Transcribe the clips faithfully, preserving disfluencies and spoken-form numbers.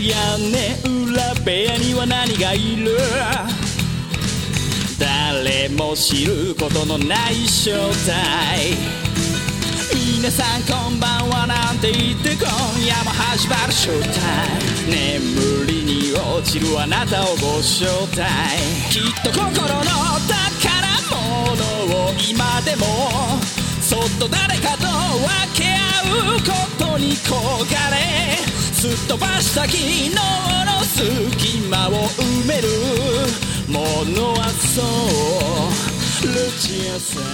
屋根裏部屋には何がいる？誰も知ることのない正体。皆さんこんばんはなんて言って今夜も始まるショータイム。眠りに落ちるあなたをご招待。きっと心の宝物を今でもそっと誰かと分け合うことに焦がれ、すっ飛ばした昨日の隙間を埋めるものはそうルチアさん。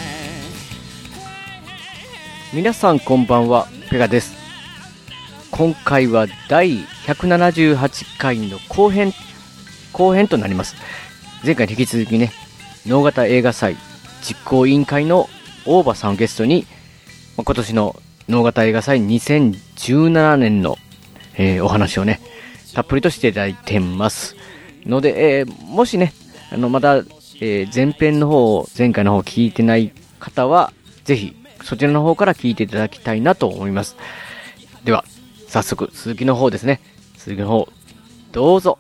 皆さんこんばんは、ペガです。今回はだいひゃくななじゅうはちかいの後編後編となります。前回に引き続きね、能形映画祭実行委員会の大場さんをゲストに、今年の能形映画祭にせんじゅうななねんの、えー、お話をねたっぷりとしていただいてますので、えー、もしねあのまだ、えー、前編の方前回の方聞いてない方はぜひそちらの方から聞いていただきたいなと思います。では早速続きの方ですね。続きの方どうぞ。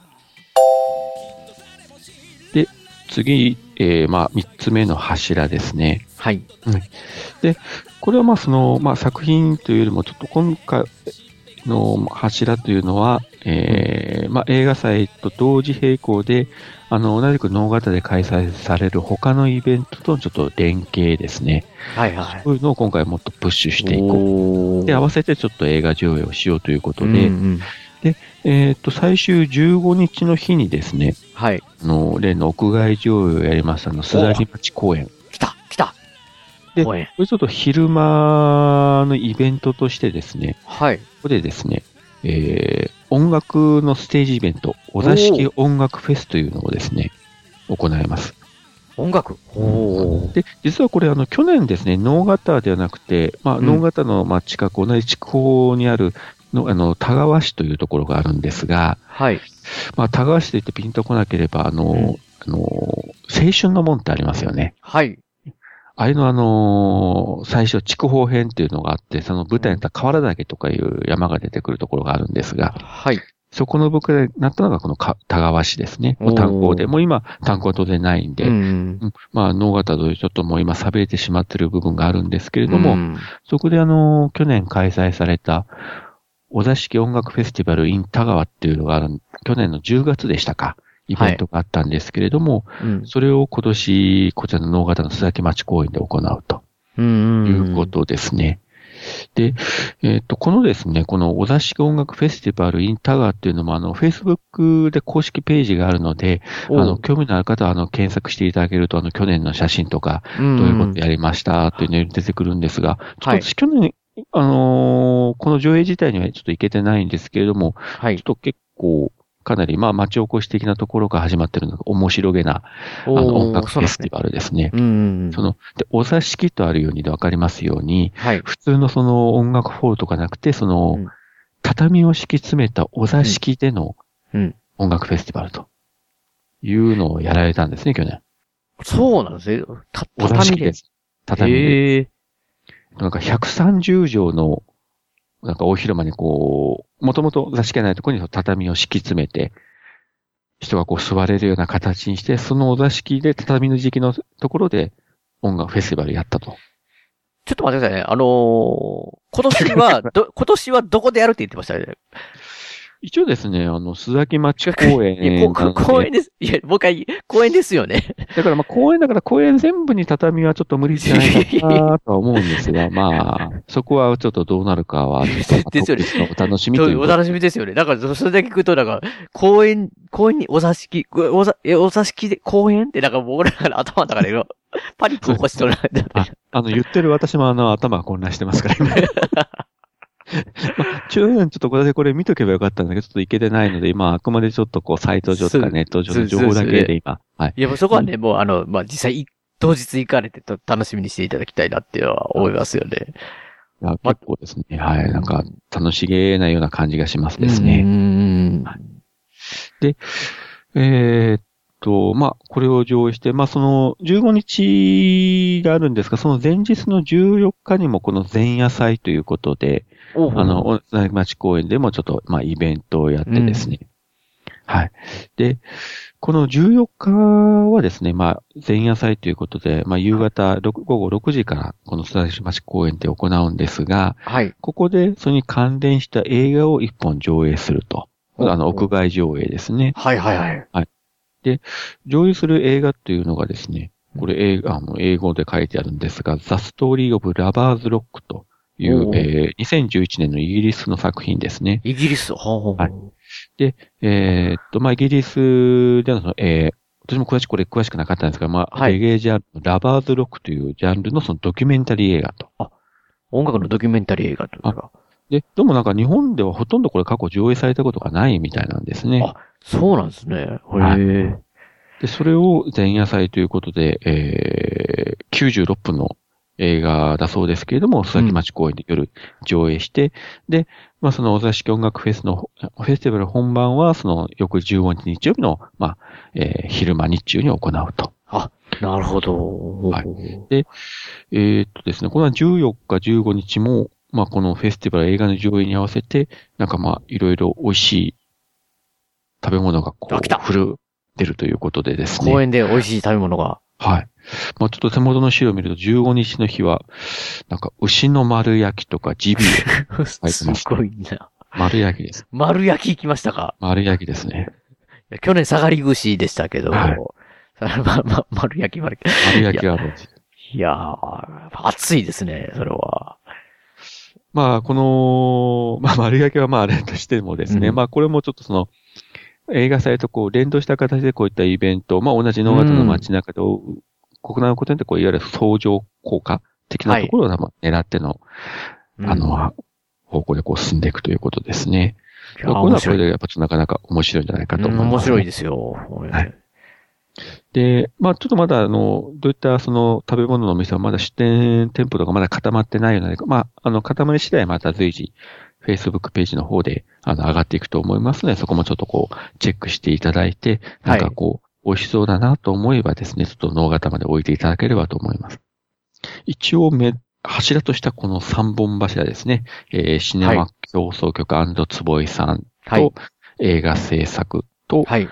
で次、えー、まあみっつめの柱ですね。 はい。 うん、でこれはまあそのまあ作品というよりもちょっと今回の柱というのは、えー、まあ映画祭と同時並行であの同じく能形で開催される他のイベントとのちょっと連携ですね。 はいはい。 そういうのを今回もっとプッシュしていこう。で合わせてちょっと映画上映をしようということで、うんうん、でえっ、ー、と最終じゅうごにちの日にですね、 はい。 あの例の屋外上映をやりましたの須崎町公園。 来た来た。 で、これちょっと昼間のイベントとしてですね、 はい。 ここでですね、えー、音楽のステージイベント、お座敷音楽フェスというのをですね、行います。 音楽おで、実はこれ、あの、去年ですね、能形ではなくて、まあ、能形の、まあ、近く、同じ筑豊にあるの、あの、田川市というところがあるんですが、 はい。 まあ、田川市といってピンとこなければ、あの、うん、あの、青春の門ってありますよね。 はい。 あれのあのー、最初、筑豊編っていうのがあって、その舞台になった河原岳とかいう山が出てくるところがあるんですが、 はい。 そこの舞台になったのがこの田川市ですね。もう炭鉱で。もう今、炭鉱は当然ないんで、うんうん、まあ、能形とちょっともう今、錆びれてしまってる部分があるんですけれども、うん、そこであのー、去年開催された、お座敷音楽フェスティバル in 田川っていうのがある、去年のじゅうがつでしたか。イベントがあったんですけれども、はいうん、それを今年、こちらの能形の須崎町公園で行うということですね。で、えっと、このですね、このお座敷音楽フェスティバル in 田川っていうのも、あの、Facebook で公式ページがあるので、あの、興味のある方は、あの、検索していただけると、あの、去年の写真とか、どういうことやりましたっていうのが出てくるんですが、ちょっと私去年、はい、あのー、この上映自体にはちょっと行けてないんですけれども、はい、ちょっと結構、かなり、まあ、町おこし的なところが始まってるのが面白げな、あの、音楽フェスティバルですね。そ, すねうんうん、その、で、お座敷とあるようにでわかりますように、はい、普通のその音楽ホールとかなくて、その、うん、畳を敷き詰めたお座敷での音楽フェスティバルというのをやられたんですね、去年。 そうなんですね。たお座敷です。畳で。なんかひゃくさんじゅうじょうのなんか大広間にこう、もともと座敷がないところに畳を敷き詰めて、人がこう座れるような形にして、そのお座敷で畳の時期のところで音楽フェスティバルやったと。 ちょっと待ってくださいね。あのー、今年は、ど、今年はどこでやるって言ってましたね。 一応ですね、あの、須崎町公園。 いや、公園です。いや、もう一回、公園ですよね。 だからまあ公園だから公園全部に畳はちょっと無理じゃないかなとは思うんですが、まあ、そこはちょっとどうなるかは、 ですよね。 お楽しみという。 お楽しみですよね。だからそれだけ聞くと、なんか、公園、公園にお座敷、お座、お座敷で公園ってなんか僕らから頭の中でパニック起こしそうな。 あ、あの、言ってる私もあの、頭が混乱してますから今。まあ、中年ちょっとこれでこれ見とけばよかったんだけど、ちょっといけてないので、今、あくまでちょっとこう、サイト上とかネット上の情報だけで今。はい。 いや、もうそこはね、もうあの、まあ、実際、当日行かれてと楽しみにしていただきたいなっていうのは思いますよね。 いや、結構ですね。はい。なんか、楽しげなような感じがしますですね。 うん。 で、えー、っと、まあ、これを上映して、まあ、その、じゅうごにちがあるんですが、その前日のじゅうよっかにもこの前夜祭ということで、あの、おなぎ町公園でもちょっと、まあ、イベントをやってですね。うん、はい。で、このじゅうよっかはですね、まあ、前夜祭ということで、まあ、夕方ろく、ごごろくじからこの砂木町公園で行うんですが、はい。ここでそれに関連した映画を一本上映すると。あの、屋外上映ですね。 はいはいはい。 はい。で、上映する映画っていうのがですね、これ英あの英語で書いてあるんですが、The Story of Lovers Rock という、えー、にせんじゅういちねんのイギリスの作品ですね。 イギリス、ほうほうほう。 はい。で、えー、っと、まあ、イギリスでの、えー、私も詳しくこれ詳しくなかったんですが、まあ、はい、レゲエジャンルのラバーズロックというジャンルのそのドキュメンタリー映画と。 あ、音楽のドキュメンタリー映画というか。 で、でもなんか日本ではほとんどこれ過去上映されたことがないみたいなんですね。 あ、そうなんですね。へー。はいで、それを前夜祭ということで、えー、きゅうじゅうろっぷんの映画だそうですけれども、須崎町公園で夜上映して、うん、で、まあそのお座敷音楽フェスの、フェスティバル本番はその翌じゅうごにち日曜日の、まあ、えー、昼間日中に行うと。 あ、なるほど。 はい。で、えー、っとですね、このじゅうよっか、じゅうごにちも、まあこのフェスティバル映画の上映に合わせて、なんかまあいろいろ美味しい食べ物がこう、振る。出るということでですね。 公園で美味しい食べ物が。 はい。まあちょっと手元の資料を見るとじゅうごにちの日は、なんか牛の丸焼きとかジビエ入ってました。 すごいな。 丸焼きです。 丸焼き行きましたか？ 丸焼きですね。 いや去年下がり串でしたけど、はい、まま、丸焼き丸焼き。 丸焼きはどうですいやー、暑いですね、それは。 まあこの、まあ丸焼きはまああれとしてもですね、うん、まあこれもちょっとその、映画祭とこう連動した形でこういったイベント、まあ同じ野方の街中で行うことによってこういわゆる相乗効果的なところを狙っての、はい、あの、うん、方向でこう進んでいくということですね。これはこれでやっぱちょっとなかなか面白いんじゃないかと思います、ね。 面白いですよ。 はい。で、まあちょっとまだあの、どういったその食べ物のお店はまだ出店店舗とかまだ固まってないので、まああの固まり次第また随時、Facebook ページの方で、あの、上がっていくと思いますので、そこもちょっとこう、チェックしていただいて、なんかこう、はい、美味しそうだなと思えばですね、ちょっと脳型まで置いていただければと思います。一応、め、柱としたこの三本柱ですね、えー、シネマ競争局&坪井さんと、はい、映画制作と、はい、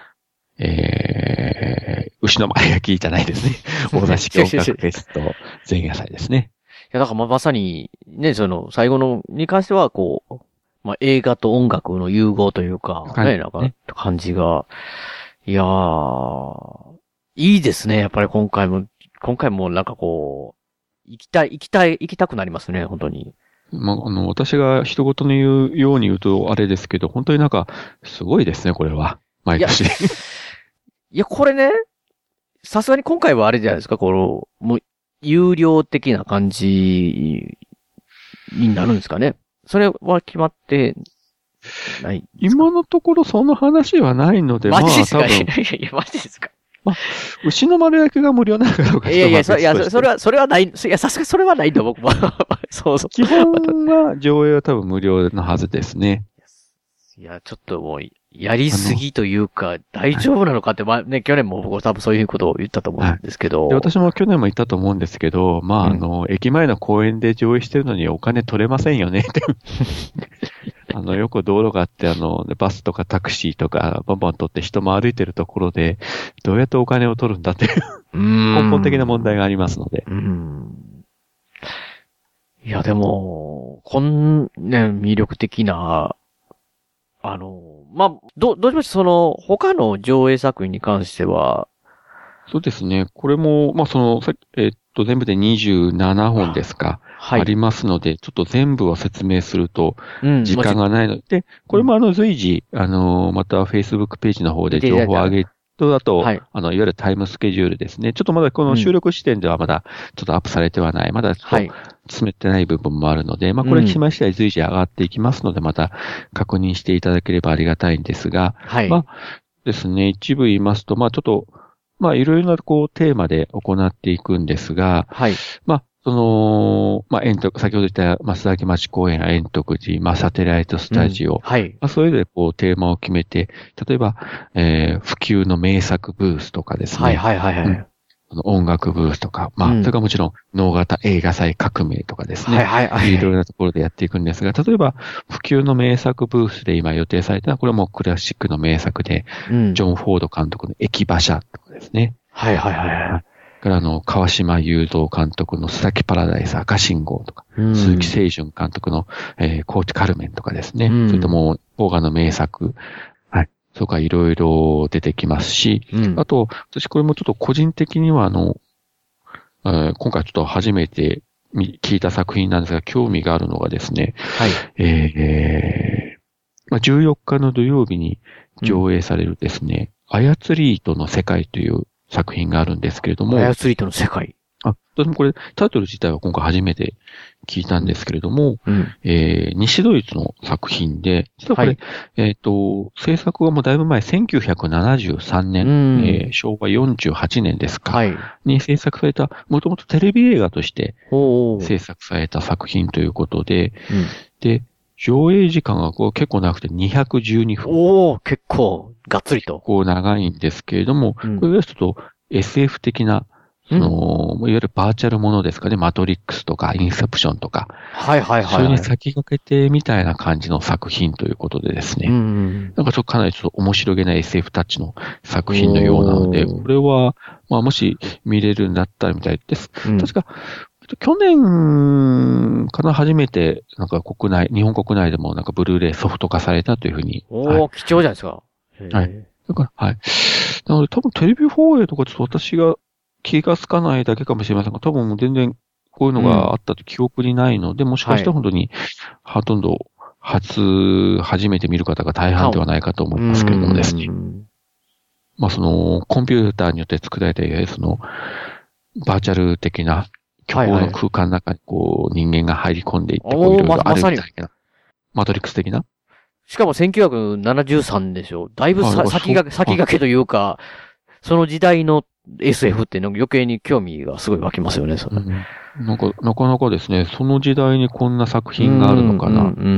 えー、牛の丸焼きじゃないですね。大座敷音楽フェスと前夜祭ですね。 いや、だからまさに、ね、その、最後のに関しては、こう、まあ、映画と音楽の融合というか、はい、ね、なんか、感じが、いやー、いいですね、やっぱり今回も、今回もなんかこう、行きたい、行きたい、行きたくなりますね、本当に。 まあ、あの、私が一言に言うように言うとあれですけど、本当になんか、すごいですね、これは。毎年。いや、 いやこれね、さすがに今回はあれじゃないですか、この、もう、有料的な感じになるんですかね。それは決まってない。 今のところその話はないので、 マジですか？まあ、いやいや、マジですか？ まあ、牛の丸焼きが無料なのかどうか。 いやいや、そいやそれは、それはない、いや、さすがにそれはないと僕も。そうそう。 基本は上映は多分無料のはずですね。 いや、ちょっともう、やりすぎというか、大丈夫なのかって、まあね、去年も僕多分そういうことを言ったと思うんですけど。 はい、で私も去年も言ったと思うんですけど、まあ、うん、あの、駅前の公園で上映してるのにお金取れませんよねって。あの、よく道路があって、あの、バスとかタクシーとか、バンバン取って人も歩いてるところで、どうやってお金を取るんだっていう根本的な問題がありますので。 うんいや、でも、こんね、魅力的な、あの、まあ、ど、どうしましたその、他の上映作品に関しては。 そうですね。これも、まあ、その、えっと、全部でにじゅうななほんですか。はい。ありますので、ちょっと全部を説明すると、時間がないので、うん、これもあの、随時、あの、また Facebook ページの方で情報を上げと、だと、はい、あの、いわゆるタイムスケジュールですね。ちょっとまだこの収録時点ではまだ、ちょっとアップされてはない。うん、まだちょっと、詰めてない部分もあるので、まあ、これ決まり次第随時上がっていきますので、また確認していただければありがたいんですが、はい。まあ、ですね、一部言いますと、まあ、ちょっと、まあ、いろいろなこう、テーマで行っていくんですが、はい。まあ、 その、まあ、円徳、先ほど言った増崎町公園や円徳寺、まあ、サテライトスタジオ。うん、 はい。 まあ、それぞれこうテーマを決めて、例えば、えー、普及の名作ブースとかですね。 はいはいはいはい。うん音楽ブースとか、まあ、うん、それからもちろん、能型映画祭革命とかですね。はいはいはい。いろいろなところでやっていくんですが、例えば、普及の名作ブースで今予定されたのは、これはもうクラシックの名作で、うん、ジョン・フォード監督の駅馬車とかですね。 はいはいはい。 から、あの、川島雄三監督の須崎パラダイス赤信号とか、うん、鈴木清純監督の、えー、コーチカルメンとかですね。うん、それとも、邦画の名作、はい。そうか、いろいろ出てきますし、うん、あと、私これもちょっと個人的には、あの、えー、今回ちょっと初めて聞いた作品なんですが、興味があるのがですね、はい。えー、まあ、じゅうよっかの土曜日に上映されるですね、うん、操り糸の世界という作品があるんですけれども。 操り糸の世界。 あ、私もこれタイトル自体は今回初めて聞いたんですけれども、うん、えー、西ドイツの作品で、実はこれ、はい、えっ、ー、と、制作はもうだいぶ前、せんきゅうひゃくななじゅうさんねん、うんえー、しょうわよんじゅうはちねんですか、はい、に制作された、もともとテレビ映画として制作された作品ということで、うん、で、上映時間がこう結構長くてにひゃくじゅうにふん。 おー、結構、がっつりと。 こう長いんですけれども、うん、これがちょっと エスエフ 的な、その、うん、いわゆるバーチャルものですかね、マトリックスとか、インセプションとか。 はいはいはい、はい。 それに先駆けてみたいな感じの作品ということでですね。うん、なんかちょっとかなりちょっと面白げな エスエフ タッチの作品のようなので、これは、まあもし見れるんだったらみたいです。うん、確か、去年かな初めて、なんか国内、日本国内でもなんかブルーレイソフト化されたというふうに。 おー、はい、貴重じゃないですか。 はい。だから、はい。なので多分テレビ放映とかちょっと私が気がつかないだけかもしれませんが、多分もう全然こういうのがあったと記憶にないので、うん、もしかしたら本当に、ほとんど初、初めて見る方が大半ではないかと思いますけれどもですね。まあその、コンピューターによって作られた、その、バーチャル的な、虚構の空間の中にこう、人間が入り込んでいって、こう、いろいろあるみたいな。マトリックス的な。 しかもせんきゅうひゃくななじゅうさんでしょ。だいぶさ先が、先駆けというか、その時代の エスエフ っての余計に興味がすごい湧きますよね、それ。うん、 なんか、なかなかですね、その時代にこんな作品があるのかな。うんうんうんうん、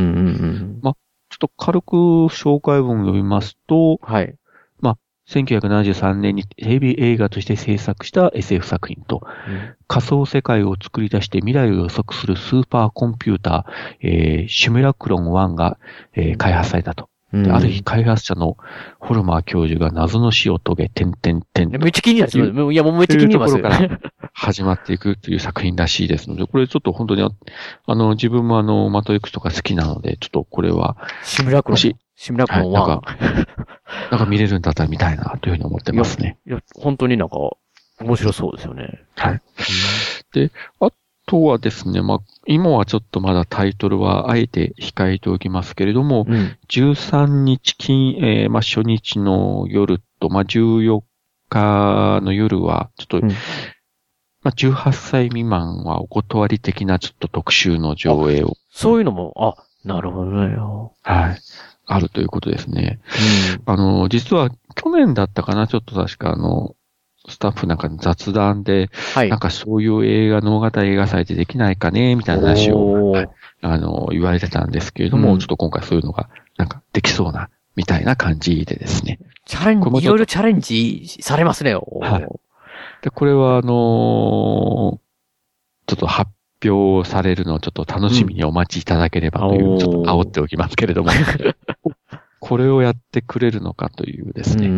ま、ちょっと軽く紹介文を読みますと、はい。ま、せんきゅうひゃくななじゅうさんねんにテレビ映画として制作した エスエフ 作品と、うん、仮想世界を作り出して未来を予測するスーパーコンピューター、えー、シミュラクロンワンが、えー、開発されたと。うん、ある日開発者のホルマー教授が謎の死を遂げ、てんてんてん。 めっちゃ気になる。いや、もうめっちゃ気になりますよ。というところから始まっていくという作品らしいですので、これちょっと本当に、あの、自分もあの、マトリックスとか好きなので、ちょっとこれは、 シミュラクロン。シミュラクロンワン。 なんか、なんか見れるんだったら見たいな、というふうに思ってますね。 いや、いや本当になんか、面白そうですよね。 はい。で、ああとはですね、まあ、今はちょっとまだタイトルはあえて控えておきますけれども、うん、じゅうさんにち金、えー、まあ、初日の夜と、まあ、じゅうよっかの夜は、ちょっと、うん、まあ、じゅうはっさい未満はお断り的なちょっと特集の上映を。 そういうのも、あ、なるほどね。 はい。あるということですね。うん、あの、実は去年だったかな、ちょっと確かあの、スタッフなんか雑談で、はい、なんかそういう映画、能型映画祭でできないかね、みたいな話を、はい、あの、言われてたんですけれども、うん、ちょっと今回そういうのが、なんかできそうな、みたいな感じでですね。 チャレンジ、いろいろチャレンジされますね。 はい。で、これはあのー、ちょっと発表されるのをちょっと楽しみにお待ちいただければという、うん、ちょっと煽っておきますけれども、これをやってくれるのかというですね。うん、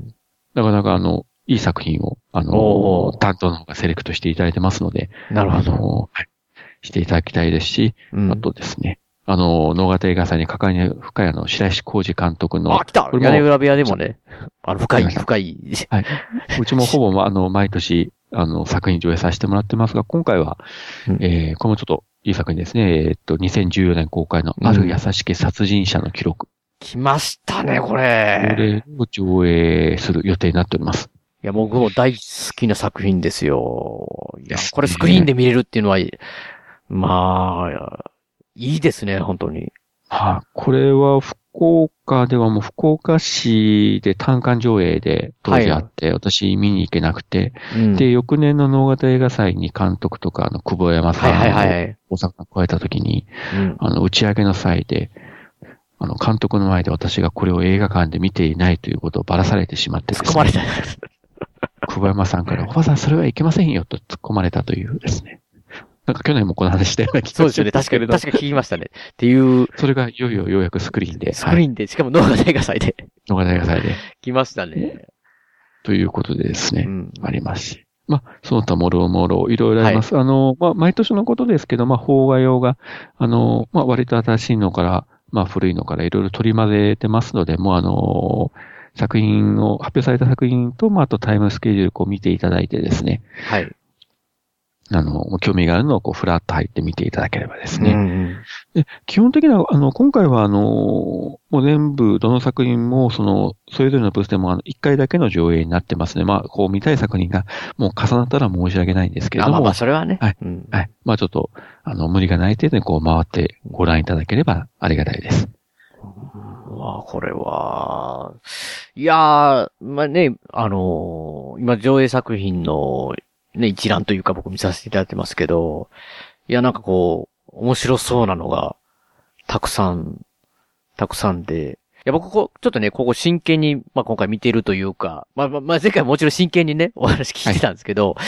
なかなかあの、いい作品を、あの、担当の方がセレクトしていただいてますので、 なるほど。 あの、はい。していただきたいですし、うん、あとですね、あの、能型映画祭に関わり深いあの、白石浩二監督の。 あ、来た屋根裏部屋でもね、あの、深い、深い。 はい。うちもほぼ、あの、毎年、あの、作品上映させてもらってますが、今回は、うん、えー、これもちょっといい作品ですね。えー、っと、にせんじゅうよねん公開の、ある優しき殺人者の記録。 うん、来ましたね、これ。 これを上映する予定になっております。 いや、僕も大好きな作品ですよ。いや、これスクリーンで見れるっていうのは、まあ、いいですね、本当に。 はい、あ、これは、 福岡ではもう福岡市で単館上映で当時あって、はい、私見に行けなくて、うん、で、翌年の能形映画祭に監督とか、あの、久保山さんを大阪に加えた時に、あの、打ち上げの際で、あの、監督の前で私がこれを映画館で見ていないということをばらされてしまってですね。突っ込まれた。久保山さんから、おばさんそれはいけませんよと突っ込まれたというですね。なんか去年もこの話したような気がする。 そうですよね。確かに、確かに聞きましたね。っていう。 それがいよいよようやくスクリーンで。 スクリーンで、はい、しかも能形映画祭で。 能形映画祭で。 来ましたね。 ということでですね。うん、ありますし。まあ、その他もろもろいろいろあります。はい、あの、まあ、毎年のことですけど、まあ、邦画用が、あの、まあ、割と新しいのから、まあ、古いのからいろいろ取り混ぜてますので、もうあの、作品を、発表された作品と、まあ、あとタイムスケジュールを見ていただいてですね。はい。あの、興味があるのをこう、フラッと入って見ていただければですね。うんうん、で基本的には、あの、今回はあの、もう全部、どの作品も、その、それぞれのブースでも、あの、一回だけの上映になってますね。まあ、こう、見たい作品が、もう重なったら申し訳ないんですけれども。 あ、まあまあ、それはね。 はい。うん、はい。まあ、ちょっと、あの、無理がない程度にこう、回ってご覧いただければありがたいです。 うわ、これは、いやー、まあね、あのー、今上映作品の、ね、一覧というか僕見させていただいてますけど、いや、なんかこう、面白そうなのが、たくさん、たくさんで、いや、僕こ、ちょっとね、ここ真剣に、まあ今回見てるというか、まあまあ、まあ前回もちろん真剣にね、お話聞いてたんですけど、はい、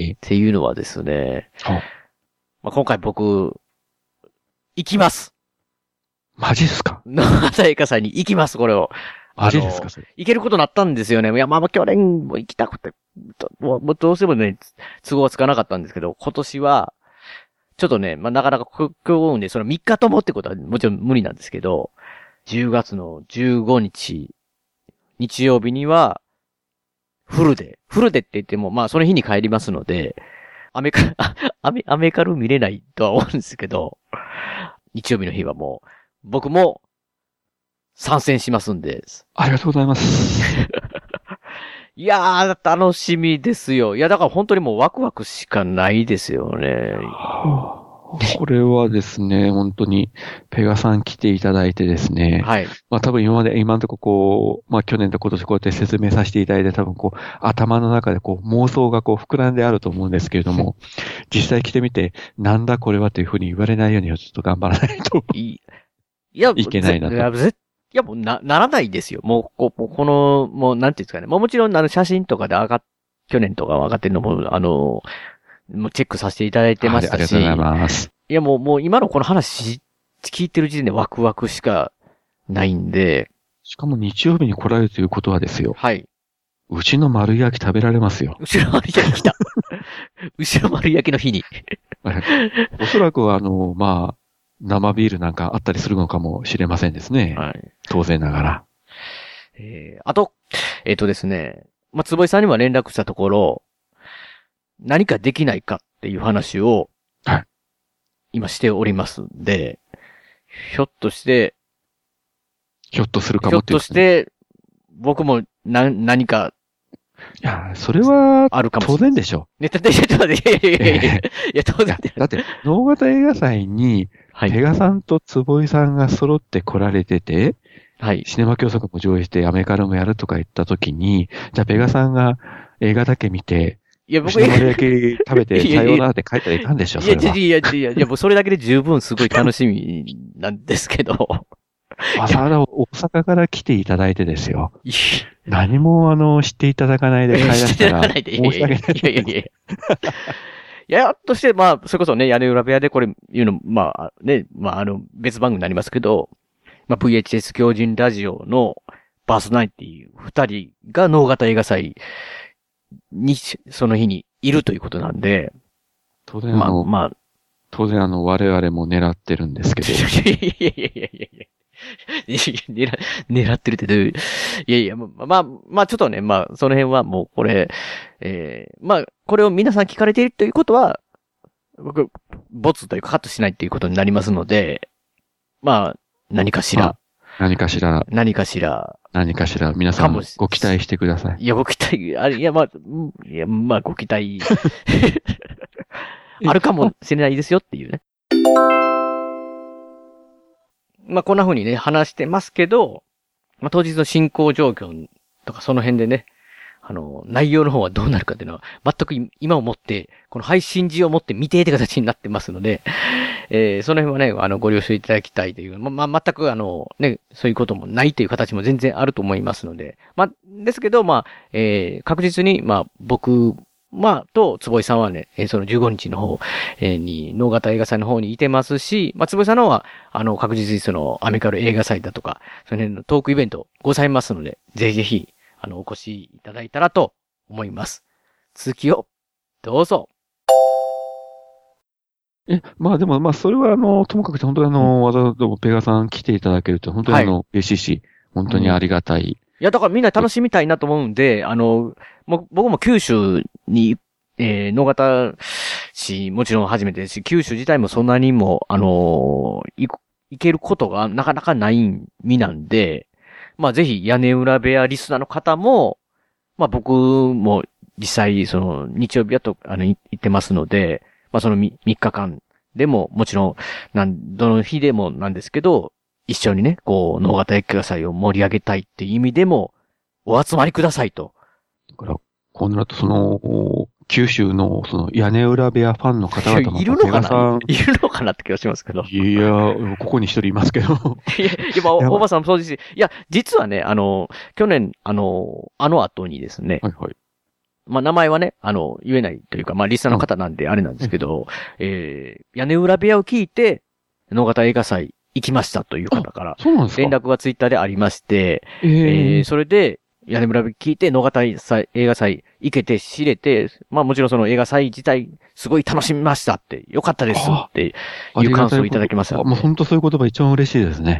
っていうのはですね、まあ今回僕、行きます。 マジですか？ 能形映画祭に行きます、これを。 マジですかそれ。 行けることになったんですよね。いや、まあまあ去年も行きたくて、もうどうしてもね、都合がつかなかったんですけど、今年は、ちょっとね、まあなかなか不幸運で、そのみっかともってことはもちろん無理なんですけど、じゅうがつのじゅうごにち、日曜日には、フルで、フルでって言っても、まあその日に帰りますので、アメカ、アメ、アメカル見れないとは思うんですけど、日曜日の日はもう、僕も、参戦しますんで。 ありがとうございます。 いやー、楽しみですよ。いや、だから本当にもうワクワクしかないですよね。 これはですね、本当に、ペガさん来ていただいてですね。はい。まあ多分今まで、今のところこう、まあ去年と今年こうやって説明させていただいて、多分こう、頭の中でこう、妄想がこう、膨らんであると思うんですけれども、実際来てみて、なんだこれはというふうに言われないようにはちょっと頑張らないと。いや、いけないなと。いや、 絶いや、もうな、ならないですよ。もう、こ、この、もう、なんていうんですかね。もうもちろん、あの、写真とかで上がっ、去年とか上がってるのも、あの、もうチェックさせていただいてましたし。ありがとうございます。いや、もう、もう今のこの話、聞いてる時点でワクワクしかないんで。 しかも日曜日に来られるということはですよ。 はい。 うちの丸焼き食べられますよ。 うちの丸焼き来た。うちの丸焼きの日に。 おそらくは、あの、まあ、生ビールなんかあったりするのかもしれませんですね。はい。当然ながら。 えー、あと、えっ、ー、とですね、まあ、坪井さんには連絡したところ、何かできないかっていう話を、はい。今しておりますんで、ひょっとして、 ひょっとするかもっていう、ね。ひょっとして、僕もな、何か、 いや、それは、あるかもしれない。当然でしょ。 ね、だって、いやいやいやいや、当然だって、能形映画祭に、ペガさんと坪井さんが揃って来られてて、はい。シネマ教則も上映して、アメカルもやるとか言ったときに、じゃあペガさんが映画だけ見て、いや、僕、シネマだけ食べて、さようならって帰ったらいかんでしょ、それは。 いやいやいやいや、もうそれだけで十分すごい楽しみなんですけど。 わざわざ大阪から来ていただいてですよ。何もあの、知っていただかないで帰らせたら、申し訳ない。いやいやいや。 いや、として、まあ、それこそね、屋根裏部屋でこれ言うの、まあ、ね、まあ、あの、別番組になりますけど、まあ、ブイエイチエス 狂人ラジオのパーソナリティ二人が能形映画祭に、その日にいるということなんで、 当然あの、まあ、まあ、当然あの、我々も狙ってるんですけど。いやいやいやいやいや。 狙, 狙ってるってどういう、いやいや、まあ、まあ、まあ、ちょっとね、まあ、その辺はもうこれ、えー、まあ、これを皆さん聞かれているということは、僕、ボツというかカットしないっていうことになりますので、まあ、何かしら。まあ、 何かしら。 何かしら。 何かしら、皆さんもご期待してください。 いや、ご期待、あれ、いや、まあ、いや、まあ、ご期待。あるかもしれないですよっていうね。 まあ、こんな風にね、話してますけど、まあ、当日の進行状況とかその辺でね、あの、内容の方はどうなるかっていうのは、全く今をもって、この配信時をもって未定って形になってますので、えー、その辺はね、あの、ご了承いただきたいという、ま、まあ、全くあの、ね、そういうこともないという形も全然あると思いますので、まあ、ですけど、まあ、えー、確実に、まあ、僕、まあ、と、坪井さんはね、そのじゅうごにちの方、えー、に、能形映画祭の方にいてますし、まあ、坪井さんの方は、あの、確実にその、アメカル映画祭だとか、その辺のトークイベントございますので、ぜひぜひ、あの、お越しいただいたらと思います。続きを、どうぞ。 え、まあでも、まあそれはあの、ともかく本当にあの、わざわざペガさん来ていただけると本当にあの、はい、嬉しいし、本当にありがたい。いや、だからみんな楽しみたいなと思うんで、あの、も僕も九州に、えー、能形市もちろん初めてですし、九州自体もそんなにも、あのー、行けることがなかなかない身なんで、まあぜひ屋根裏部屋リスナーの方も、まあ僕も実際その日曜日だとあの行ってますので、まあそのみっかかんでももちろんなんどの日でもなんですけど、一緒にねこう能形映画祭を盛り上げたいっていう意味でもお集まりくださいと。 だからこうなるとその九州のその屋根裏部屋ファンの方々もいるのかないるのかなって気がしますけど。 いや、ここに一人いますけど。 いや、今、おばさんもそうですし、いや、実はね、あの、去年、あの、あの後にですね、 はいはい。 まあ、名前はね、あの、言えないというか、まあ、リスナーの方なんであれなんですけど、うん、えー、屋根裏部屋を聞いて、能形映画祭行きましたという方から、 そうなんですか？ 連絡がツイッターでありまして、 えー、 えー、それで、屋根裏部屋聞いて、能形映画祭行けて知れて、まあもちろんその映画祭自体すごい楽しみましたって、よかったですっていう感想をいただきました、ね。 もう本当そういう言葉一番嬉しいですね。 うん。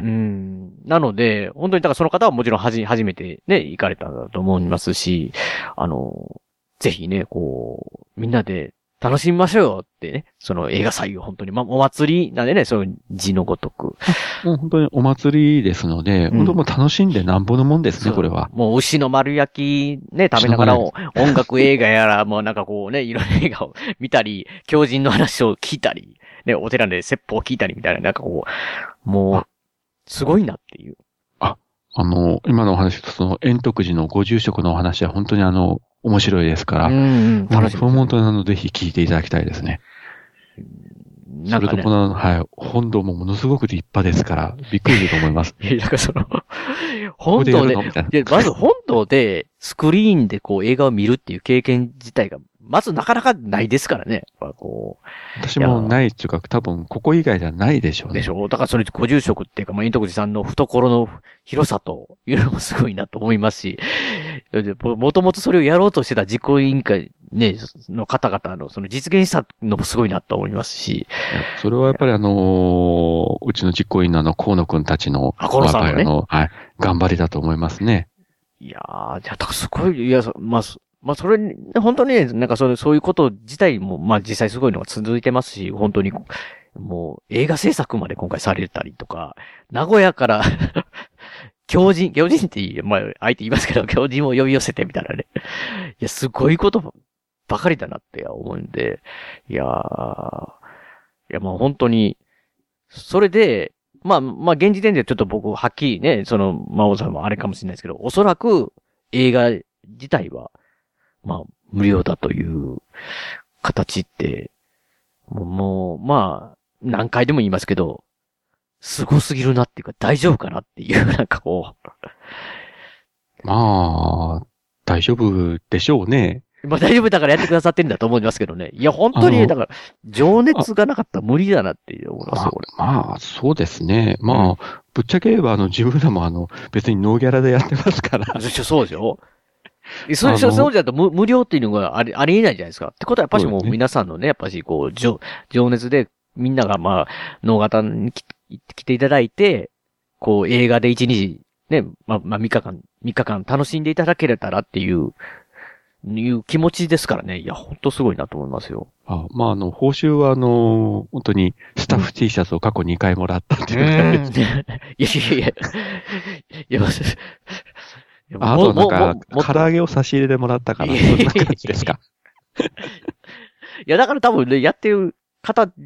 なので、本当にだからその方はもちろんはじ、初めてね、行かれたと思いますし、あの、ぜひね、こう、みんなで楽しみましょうよってね、その映画祭を本当に、まあお祭りなんでね、そういう字のごとく。 もう本当にお祭りですので、うん、本当もう楽しんでなんぼのもんですね、これは。 もう牛の丸焼きね、食べながら音楽映画やら、もうなんかこうね、いろんな映画を見たり、狂人の話を聞いたり、ね、お寺で説法を聞いたりみたいな、なんかこう、もう、すごいなっていう。 あ、あの、今のお話とその、円徳寺のご住職のお話は本当にあの、面白いですから、うん、うん、楽しみ。本当にあの、ぜひ聞いていただきたいですね。なんかね、それとこの、はい、本堂もものすごく立派ですから、びっくりすると思います。 いや、なんかその、本堂で、でまず本堂でスクリーンでこう映画を見るっていう経験自体が、まずなかなかないですからね。こう私もないっていうか、多分ここ以外ではないでしょうね。 でしょう。だからそれご住職っていうか、まあ、円徳寺さんの懐の広さというのもすごいなと思いますし、もともとそれをやろうとしてた実行委員会ね、の方々のその実現したのもすごいなと思いますし。 それはやっぱりあのー、うちの実行委員のあの、河野くんたちの、 あ、河野さんのね。 のはい、頑張りだと思いますね。 いやー、じゃあ、すごい、いや、まあ、まあ、それ、本当にね、なんかそれ、そういうこと自体も、まあ、実際すごいのが続いてますし、本当に、もう、映画制作まで今回されたりとか、名古屋から、狂人、狂人って言い、まあ、相手言いますけど、狂人を呼び寄せてみたいなね。いや、すごいことばかりだなって思うんで、いやー、いや、もう本当に、それで、まあ、まあ、現時点でちょっと僕、はっきりね、その、魔王さんもあれかもしれないですけど、おそらく、映画自体は、まあ、無料だという形って、もう、もうまあ、何回でも言いますけど、すごすぎるなっていうか、大丈夫かなっていう、なんかこう。 まあ、大丈夫でしょうね。 まあ大丈夫だからやってくださってるんだと思いますけどね。いや、本当に、だから、情熱がなかったら無理だなって思いますよ、これ。 まあ、そうですね。まあ、ぶっちゃけ言えば、あの、自分らもあの、別にノーギャラでやってますから。 そうですよ。そう、そうじゃと無無料っていうのがあり、ありえないじゃないですか。ってことはやっぱしもう皆さんのね、やっぱしこう、情、情熱でみんながまあ、能形に来来ていただいて、こう映画で一日、ね、まあ、まあみっかかん、みっかかん楽しんでいただけたらっていう、いう気持ちですからね。いや、ほんとすごいなと思いますよ。 あ、まあ、あの、報酬はあの、本当にスタッフ T シャツを過去にかいもらったっていう感じです。 いやいやいや。いや、 あ, あとなんか、唐揚げを差し入れでもらったから、そんな感じですか。 いや、だから多分ね、やってる方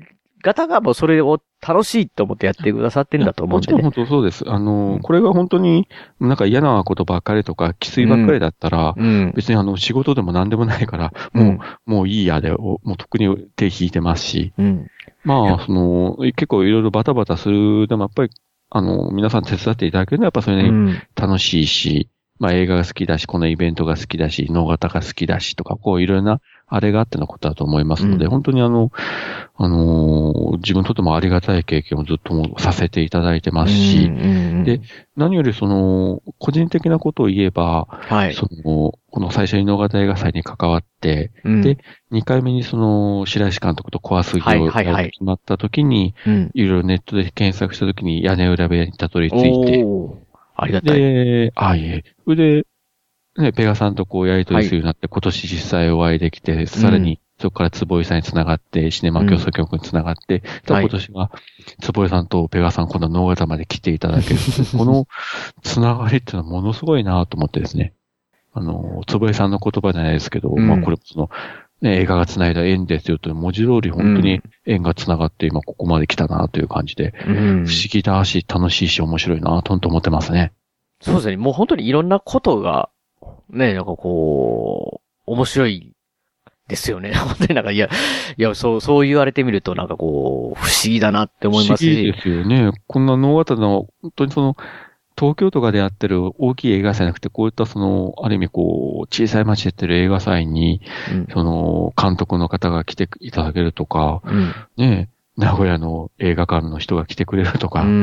方がもうそれを楽しいと思ってやってくださってるんだと思うんで、ね。 もちろん本当そうです。あの、うん、これが本当になんか嫌なことばっかりとか、きついばっかりだったら、うん、別にあの仕事でも何でもないから、もう、うん、もういいやで、もう特に手引いてますし、うん、まあ、その、結構いろいろバタバタする、でもやっぱり、あの、皆さん手伝っていただけるのはやっぱそれに楽しいし、まあ映画が好きだし、このイベントが好きだし、能型が好きだしとか、こういろいろなあれがあってのことだと思いますので、うん、本当にあの、あのー、自分とてもありがたい経験をずっともさせていただいてますし、うんうんうん、で、何よりその、個人的なことを言えば、はい、その、この最初に能型映画祭に関わって、うん、で、にかいめにその、白石監督と小杉をやると決まった時に、はいはいはい、いろいろネットで検索した時に屋根裏部屋にたどり着いて、 ありがたい。 で、あ、いえ。それで、ね、ペガさんとこうやりとりするようになって、はい、今年実際お会いできて、さらにそこから坪井さんにつながって、シネマ競争局につながって、うん、今年は坪井さんとペガさん、この能型まで来ていただける。このつながりっていうのはものすごいなと思ってですね。あの、坪井さんの言葉じゃないですけど、うん、まあこれもその、ね、映画が繋いだ縁ですよという文字通り本当に縁が繋がって今ここまで来たなという感じで、うん、不思議だし楽しいし面白いなと思ってますね。 そうですね。もう本当にいろんなことが、ね、なんかこう、面白いですよね。本当になんか、いや、いや、そう、そう言われてみるとなんかこう、不思議だなって思いますし。 不思議ですよね。こんな能型の、本当にその、東京とかでやってる大きい映画祭じゃなくて、こういったその、ある意味こう、小さい町でやってる映画祭に、うん、その、監督の方が来ていただけるとか、うん、ね、名古屋の映画館の人が来てくれるとか、うん、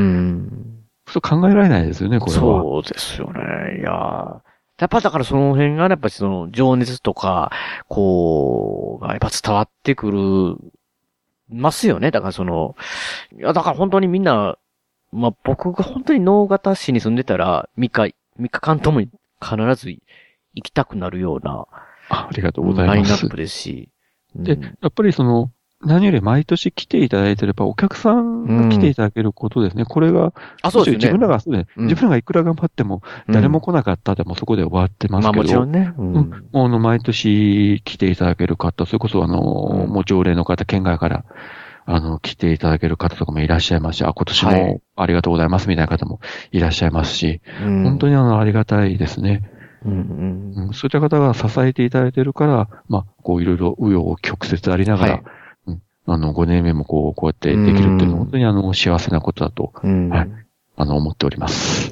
そう考えられないですよね、これは。 そうですよね。いややっぱだからその辺が、やっぱその、情熱とか、こう、がやっぱ伝わってくる、ますよね。だからその、いや、だから本当にみんな、まあ、僕が本当に能形市に住んでたら、三日、三日間ともに必ず行きたくなるような、 あ、ありがとうございます。ラインナップですし。 で、うん、やっぱりその、何より毎年来ていただいてれば、お客さんが来ていただけることですね。うん、これが、 あ、そうですね。 自分らが、そうね、うん、自分らがいくら頑張っても、誰も来なかったでもそこで終わってますけど。まあもちろんね。 うん。うん、もうあの、毎年来ていただける方、それこそあの、うん、もう常連の方、県外から、あの、来ていただける方とかもいらっしゃいますし、あ、今年もありがとうございますみたいな方もいらっしゃいますし、はい、本当にあの、ありがたいですね。うんうんうん、そういった方が支えていただいているから、まあ、こういろいろ紆余曲折ありながら、はい、うん、あの、ごねんめもこう、こうやってできるっていうのは本当にあの、幸せなことだと、うん、はい、あの、思っております。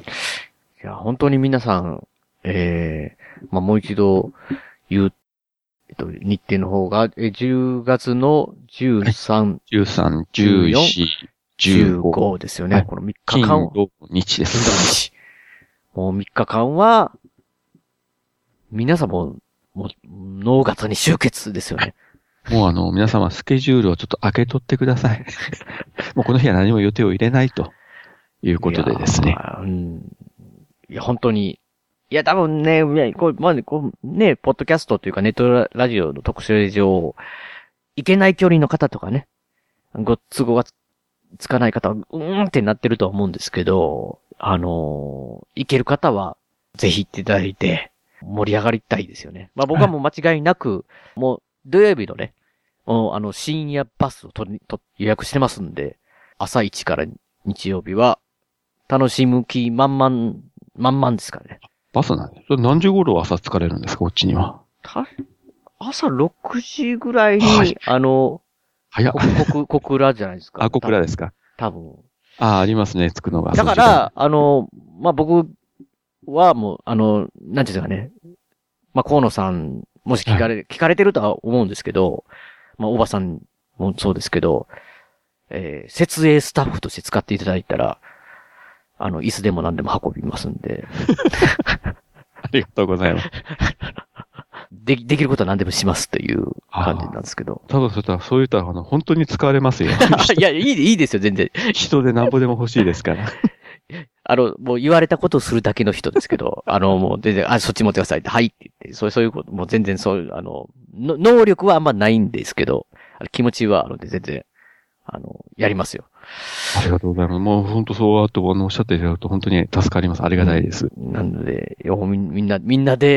いや、本当に皆さん、ええー、まあ、もう一度言う、えっと、日程の方が、え、じゅうがつのじゅうさん、 じゅうさん、じゅうよん、じゅうごですよね。はい、このみっかかん。 金土日です。 もうみっかかんは、皆さんも、もう、能型に集結ですよね。 もうあの、皆様スケジュールをちょっと開け取ってください。もうこの日は何も予定を入れないということでですね。 いや、うん、いや本当に、いや、多分ね、こう、まあ、こう、ね、ポッドキャストというかネットラジオの特集上、行けない距離の方とかね、ご都合がつかない方は、うーんってなってるとは思うんですけど、あのー、行ける方は、ぜひ行っていただいて、盛り上がりたいですよね。まあ僕はもう間違いなく、もう土曜日のね、もうあの深夜バスを取り、と予約してますんで、朝一から日曜日は、楽しむ気満々、満々ですからね。 バスなんです。それ何時頃朝疲れるんですか、こっちには。 朝ろくじぐらいに、はい、あの、 早っ。 小小倉じゃないですか。 あ、小倉ですか。 多分。 ああ、ありますね、着くのが。 だから、あの、まあ、僕はもう、あの、なんていうんですかね。まあ、河野さん、もし聞かれ、はい、聞かれてるとは思うんですけど、まあ、おばさんもそうですけど、えー、設営スタッフとして使っていただいたら、あの、椅子でも何でも運びますんで。 ありがとうございます。 でき、できることは何でもしますという感じなんですけど。 多分そういったら、そういったら、あの、本当に使われますよ。 いや、いい、いいですよ、全然。 人でなんぼでも欲しいですから。 あの、もう言われたことをするだけの人ですけど、あの、もう全然、あ、そっち持ってくださいって、はいって言って、そうそういうこと、もう全然そういう、あの、の能力はあんまないんですけど、気持ちはあるので、全然、あの、やりますよ。 ありがとうございます。もう本当そうあと、あの、おっしゃっていただくと本当に助かります。ありがたいです。 うん、なので、みんな、みんなで、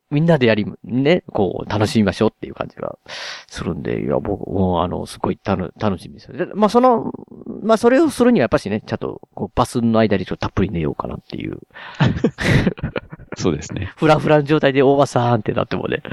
みんなでやり、ね、こう、楽しみましょうっていう感じがするんで、いや、僕、もう、あの、すごいたの楽しみですよ。でまあ、その、まあ、それをするにはやっぱしね、ちゃんと、こう、バスの間にちょっとたっぷり寝ようかなっていう。 そうですね。 フラフラの状態で大場さんってなってもね。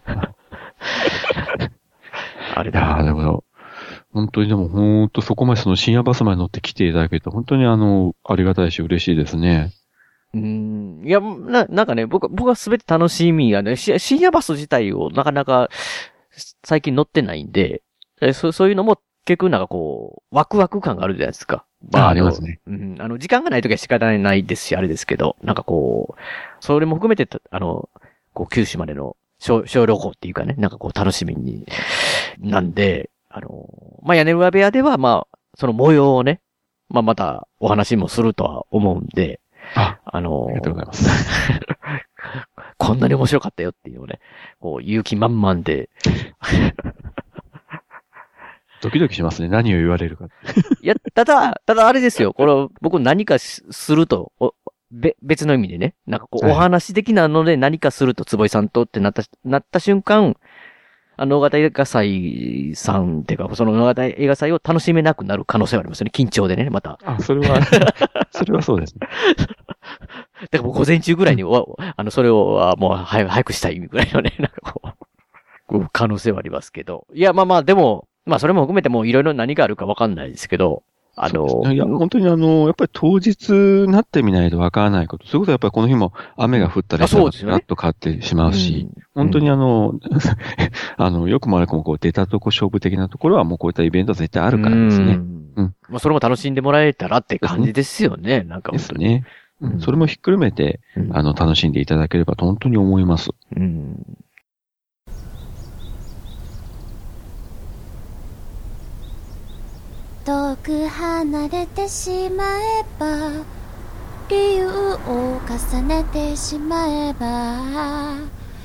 あれだ。 いやでも、本当にでも、本当そこまでその深夜バスまで乗って来ていただけると、本当にあの、ありがたいし嬉しいですね。 うーん。いや、な、なんかね、僕、僕はすべて楽しみがね、深夜バス自体をなかなか最近乗ってないんで、そそういうのも結構なんかこう、ワクワク感があるじゃないですか。 まあ、ありますね。 うん。あの、時間がないときは仕方ないですし、あれですけど、なんかこう、それも含めて、あの、こう、九州までの小、小旅行っていうかね、なんかこう、楽しみに、なんで、あの、まあ、屋根裏部屋では、まあ、その模様をね、まあ、またお話もするとは思うんで、 あ、 あのー、 ありがとうございます。 こんなに面白かったよっていうのをね、こう、勇気満々で。 ドキドキしますね。何を言われるか。 いや、ただ、ただあれですよ。これ、僕何かすると、おべ別の意味でね、なんかこう、お話的なので何かすると、坪井さんとってなった、なった瞬間、あの、大型映画祭さんっていうか、その大型映画祭を楽しめなくなる可能性はありますよね。緊張でね、また。 あ、それは、それはそうですね。 だからもう午前中ぐらいに、あの、それを、もう早く、早くしたいぐらいのね、なんかこう、こう可能性はありますけど。いや、まあまあ、でも、まあそれも含めてもういろいろ何があるかわかんないですけど、あの、 いや、本当にあの、やっぱり当日になってみないとわからないこと。そういうことはやっぱりこの日も雨が降ったりしたら、ガッと変わってしまうし、うん、本当にあの、うん、あの、よくも悪くもこう出たとこ勝負的なところはもうこういったイベントは絶対あるからですね。うん。 うん、まあそれも楽しんでもらえたらって感じですよね、なんか本当に。 ですね。うん。それもひっくるめて、うん、あの、楽しんでいただければと本当に思います。うん。 遠く離れてしまえば理由を重ねてしまえば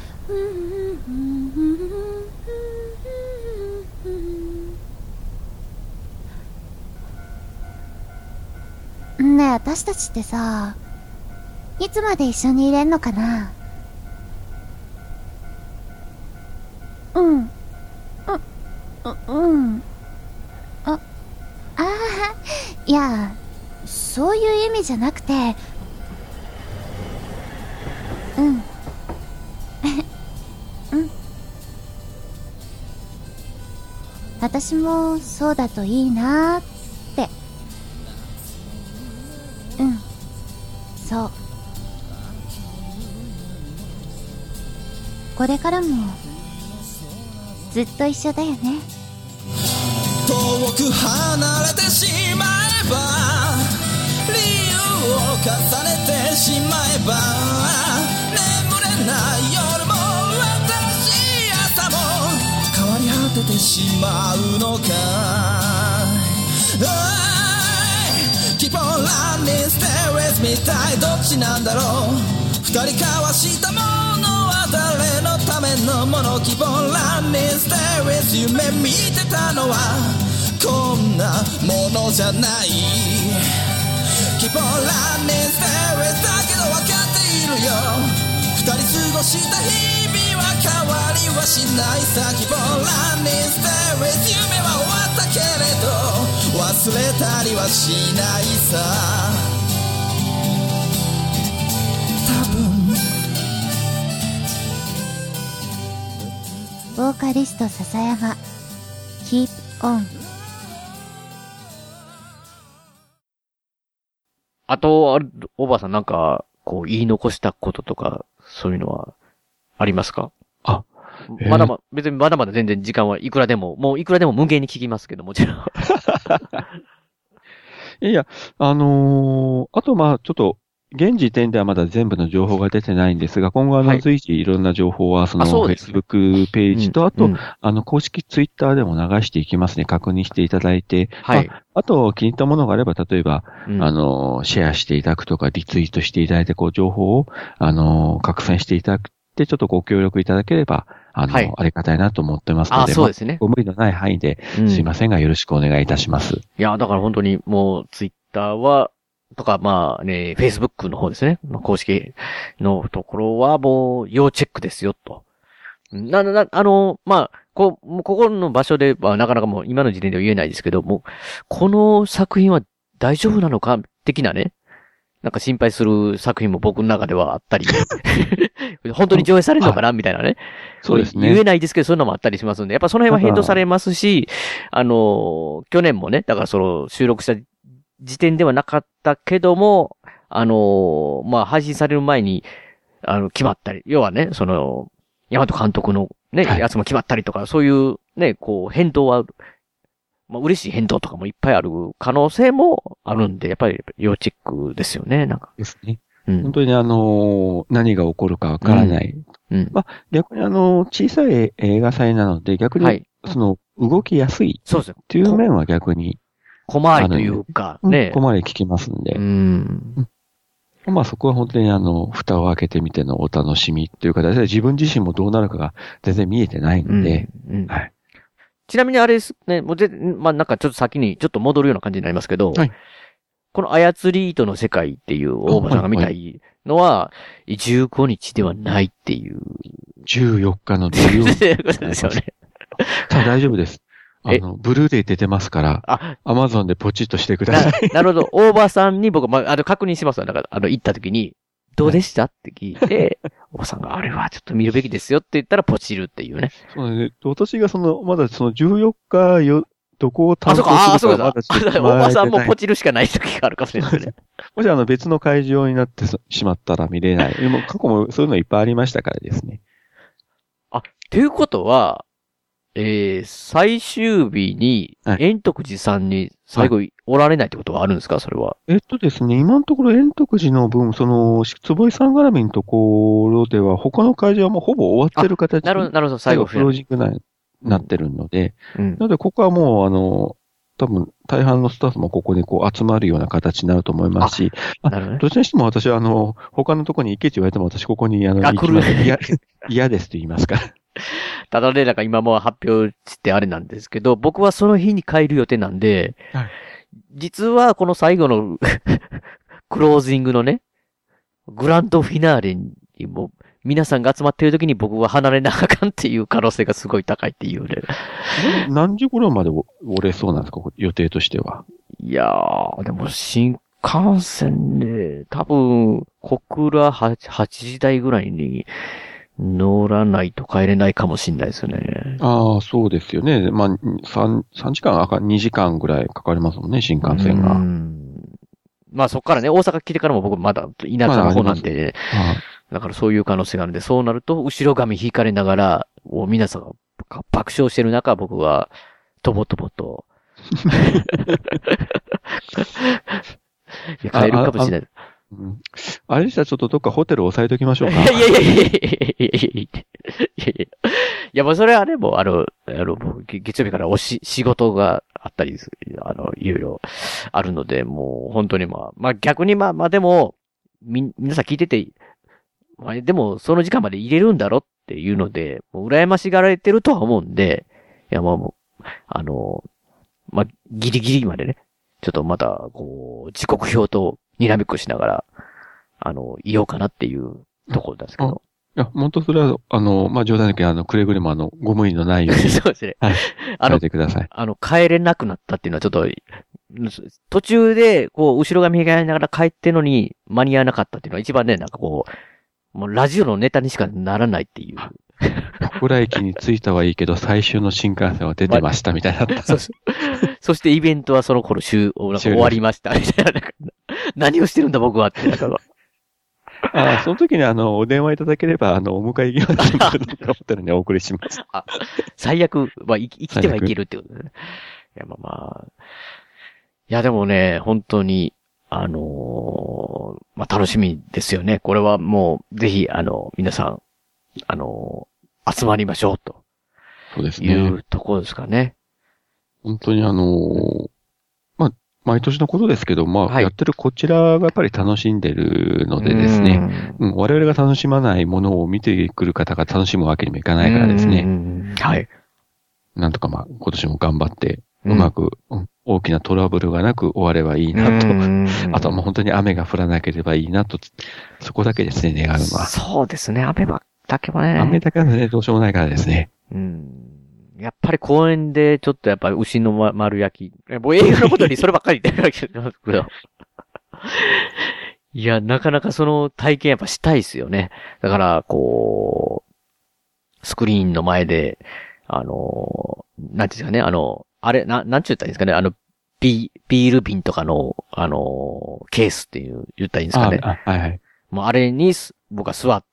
ねえ、私たちってさ、いつまで一緒にいれんのかな。うんうんううんあああ、いや、そういう意味じゃなくて、うん。うん。私もそうだといいなーって。うん。そう。これからも、ずっと一緒だよね。 遠く離れてしまえば理由を重ねてしまえば眠れない夜も私朝も変わり果ててしまうのか Keep on running stay with me たいどっちなんだろう二人交わしたものは誰のためのもの Keep on running stay with you 夢見てたのはこんなものじゃない Keep on running stay with だけど分かっているよ二人過ごした日々は変わりはしないさ Keep on running stay with 夢は終わったけれど忘れたりはしないさボーカリスト笹山 Keep on。 あと、おばあさんなんか、こう言い残したこととか、そういうのはありますか？ あ、 えー、まだま、別にまだまだ全然時間はいくらでも、もういくらでも無限に聞きますけど、もちろん。 いや、あのー、あとまあちょっと、現時点ではまだ全部の情報が出てないんですが、今後あの随時いろんな情報はその Facebook ページと、あと、あの公式 Twitter でも流していきますね。確認していただいて。はい。あと気に入ったものがあれば、例えば、あの、シェアしていただくとか、リツイートしていただいて、こう情報を、あの、拡散していただくって、ちょっとご協力いただければ、あの、ありがたいなと思ってますので、 そうですね。 ご無理のない範囲で、すいませんがよろしくお願いいたします。いや、だから本当にもう Twitter は、 とか、まあね、Facebook の方ですね。公式のところはもう要チェックですよ、と。な、な、あの、まあ、こ、ここの場所ではなかなかもう今の時点では言えないですけども、この作品は大丈夫なのか的なね、なんか心配する作品も僕の中ではあったり、本当に上映されるのかなみたいなね。 そうですね。 言えないですけど、そういうのもあったりしますんで、やっぱその辺は返答されますし、あの、去年もね、だからその収録した時点ではなかったけども、あの、まあ、配信される前に、あの、決まったり、要はね、その、大和監督のね、はい、やつも決まったりとか、そういうね、こう、返答は、まあ、嬉しい返答とかもいっぱいある可能性もあるんで、やっぱり要チェックですよね、なんか。 ですね。うん、本当にあのー、何が起こるかわからない。うんうん、まあ、逆にあのー、小さい映画祭なので、逆に、その、動きやすい。そうですよ。っていう面は逆に。 小回りというか、ね。 小回り聞きますんで。うん。まあそこは本当にあの、蓋を開けてみてのお楽しみっていう形で、自分自身もどうなるかが全然見えてないんで。うんうん、はい。 ちなみにあれですね、もうぜ、まあなんかちょっと先にちょっと戻るような感じになりますけど、はい、この操り糸の世界っていう大場さんが見たいのは、じゅうごにちではないっていう。 じゅうよっかの土曜日。 そういうことですよね。 さあ大丈夫です。あの、ブルーレイ出てますから、あ、アマゾンでポチッとしてください。 な, なるほど。大場さんに僕、まあ、あの、確認しますわ。だから、あの、行った時に、どうでしたって聞いて、大場さんが、あれはちょっと見るべきですよって言ったら、ポチるっていうね。 そうね。私がその、まだそのじゅうよっかよ、どこを担当するかあ、そうか、あ、そうか。大場さんもポチるしかない時があるかもしれないですね。 もしあの、別の会場になってしまったら見れない。でも、過去もそういうのいっぱいありましたからですね。 あ、っていうことは、えー、最終日に、円徳寺さんに最後おられないってことはあるんですかそれは。 えっとですね、今のところ円徳寺の分、その、坪井さん絡みのところでは、他の会場はもうほぼ終わってる形で。 なるほど、なるほど、最後。 クロージングな、なってるので。うん、なので、ここはもう、あの、多分、大半のスタッフもここにこう集まるような形になると思いますし、あなるほどね、どちらにしても私はあの、他のところに行けって言われても私ここにあの、 あ、来る。 嫌、嫌ですと言いますから。 ただね、なんか今も発表してあれなんですけど、僕はその日に帰る予定なんで、はい、実はこの最後のクロージングのね、グランドフィナーレにも皆さんが集まっている時に僕は離れなあかんっていう可能性がすごい高いっていうね。 何時頃まで折れそうなんですか予定としては。 いやー、でも新幹線で、多分、小倉はちじ台ぐらいに、乗らないと帰れないかもしれないですよね。 ああ、そうですよね。まあ、3、3時間、にじかんぐらいかかりますもんね、新幹線が。 うんまあそっからね、大阪来てからも僕まだ田舎の方なんで、ね、まあはい、だからそういう可能性があるんで、そうなると、後ろ髪引かれながら、皆さんが爆笑してる中、僕は、とぼとぼと、いや、帰るかもしれない。 うん、あれでしたらちょっとどっかホテル押さえときましょうか。 いやいやいやいやいやいやいやいやいやいや、もうそれはね、もうあの、あの、月曜日からおし、仕事があったり、あの、いろいろあるので、もう本当にまあ、まあ逆にまあまあでも、み、皆さん聞いてて、まあでもその時間まで入れるんだろっていうので、もう羨ましがられてるとは思うんで、いやもう、あの、まあギリギリまでね、ちょっとまた、こう、時刻表と、にらめっこしながら、あの、いようかなっていうところですけど。 いや、本当それは、あの、まあ、冗談だけど、あの、くれぐれもあの、ご無理のないように。 そうですね。 はい。あの、てください。 あの、帰れなくなったっていうのはちょっと、途中で、こう、後ろ髪引かれながら帰ってのに間に合わなかったっていうのは一番ね、なんかこう、もうラジオのネタにしかならないっていう。 小倉駅に着いたはいいけど、最終の新幹線は出てましたみたいな。 そうそう。そしてイベントはその頃終、なんか終わりましたみたいな。何をしてるんだ僕はって。なんかああ、その時にあの、お電話いただければ、あの、お迎え行きますので、ホテルにお送りします。 あ、最悪、まあ、生きてはいけるってことですね。いや、まあまあ。いや、でもね、本当に、あのー、まあ、楽しみですよね。これはもう、ぜひ、あの、皆さん、あのー、集まりましょうと。 そうですね。 いうところですかね。 本当にあのー、まあ、毎年のことですけど、まあ、はい、やってるこちらがやっぱり楽しんでるのでですね、うん、我々が楽しまないものを見てくる方が楽しむわけにもいかないからですね。 はい。 なんとかまあ、今年も頑張って、うまく、うん、 大きなトラブルがなく終わればいいなと。あとはもう本当に雨が降らなければいいなと、そこだけですね、願うのは。 そうですね、雨ばだけはね。 雨だけはね、どうしようもないからですね。 うん。やっぱり公園でちょっとやっぱり牛の丸焼き。もう映画のことにそればっかり言ってるわけですけど。いや、なかなかその体験やっぱしたいですよね。だから、こう、スクリーンの前で、あの、なんていうんですかね、あの、あれ、な、なんて言ったらいいんですかね、あの、ビ、ビール瓶とかの、あの、ケースっていう、言ったらいいんですかね。 あ、はいはい。 もうあれに、僕は座って、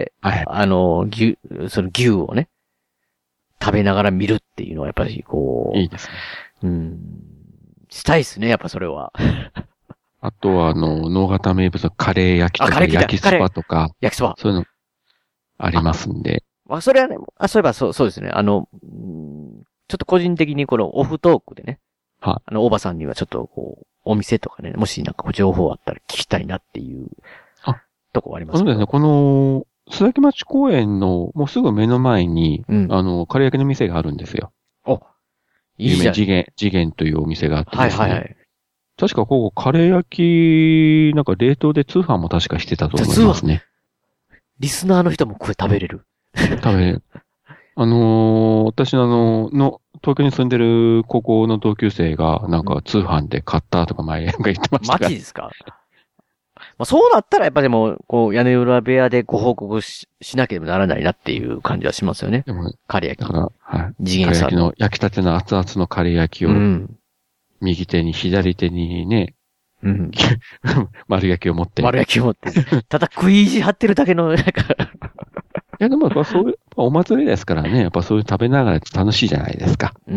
はい、あの、牛、その牛をね、食べながら見るっていうのはやっぱりこう。 いいですね。 うん。したいですね、やっぱそれは。 あとは、あの、能形名物のカレー焼きとか、焼きそばとか。 焼きそば。 そういうの、ありますんで。 あ、それはね、あ、そういえばそう、そうですね。あの、ちょっと個人的にこのオフトークでね。 はあの、おばさんにはちょっとこう、お店とかね、もしなんか情報あったら聞きたいなっていう、あ、とこありますね。 そうですね、この、須崎町公園のもうすぐ目の前に、うん、あの、カレー焼きの店があるんですよ。 お、いいじゃん。 有名次元、次元というお店があってですね。 はいはいはい。 確かここカレー焼き、なんか冷凍で通販も確かしてたと思いますね。 リスナーの人もこれ食べれる。 食べれる。あのー、私のあの、の、東京に住んでる高校の同級生が、なんか通販で買ったとか前が言ってましたから。 マジですか？まあ、そうなったらやっぱでも、こう、屋根裏部屋でご報告 し, しなければならないなっていう感じはしますよね。でも、カレー焼き。 だから、はい。 次元さん。 カレー焼きの、焼きたての熱々のカレー焼きを、うん、右手に左手にね、うん、丸焼きを持って。 丸焼きを持って。ただ食い意地張ってるだけの、なんか。 いや、でも、そういう、お祭りですからね、やっぱそういう食べながら楽しいじゃないですか。 うん。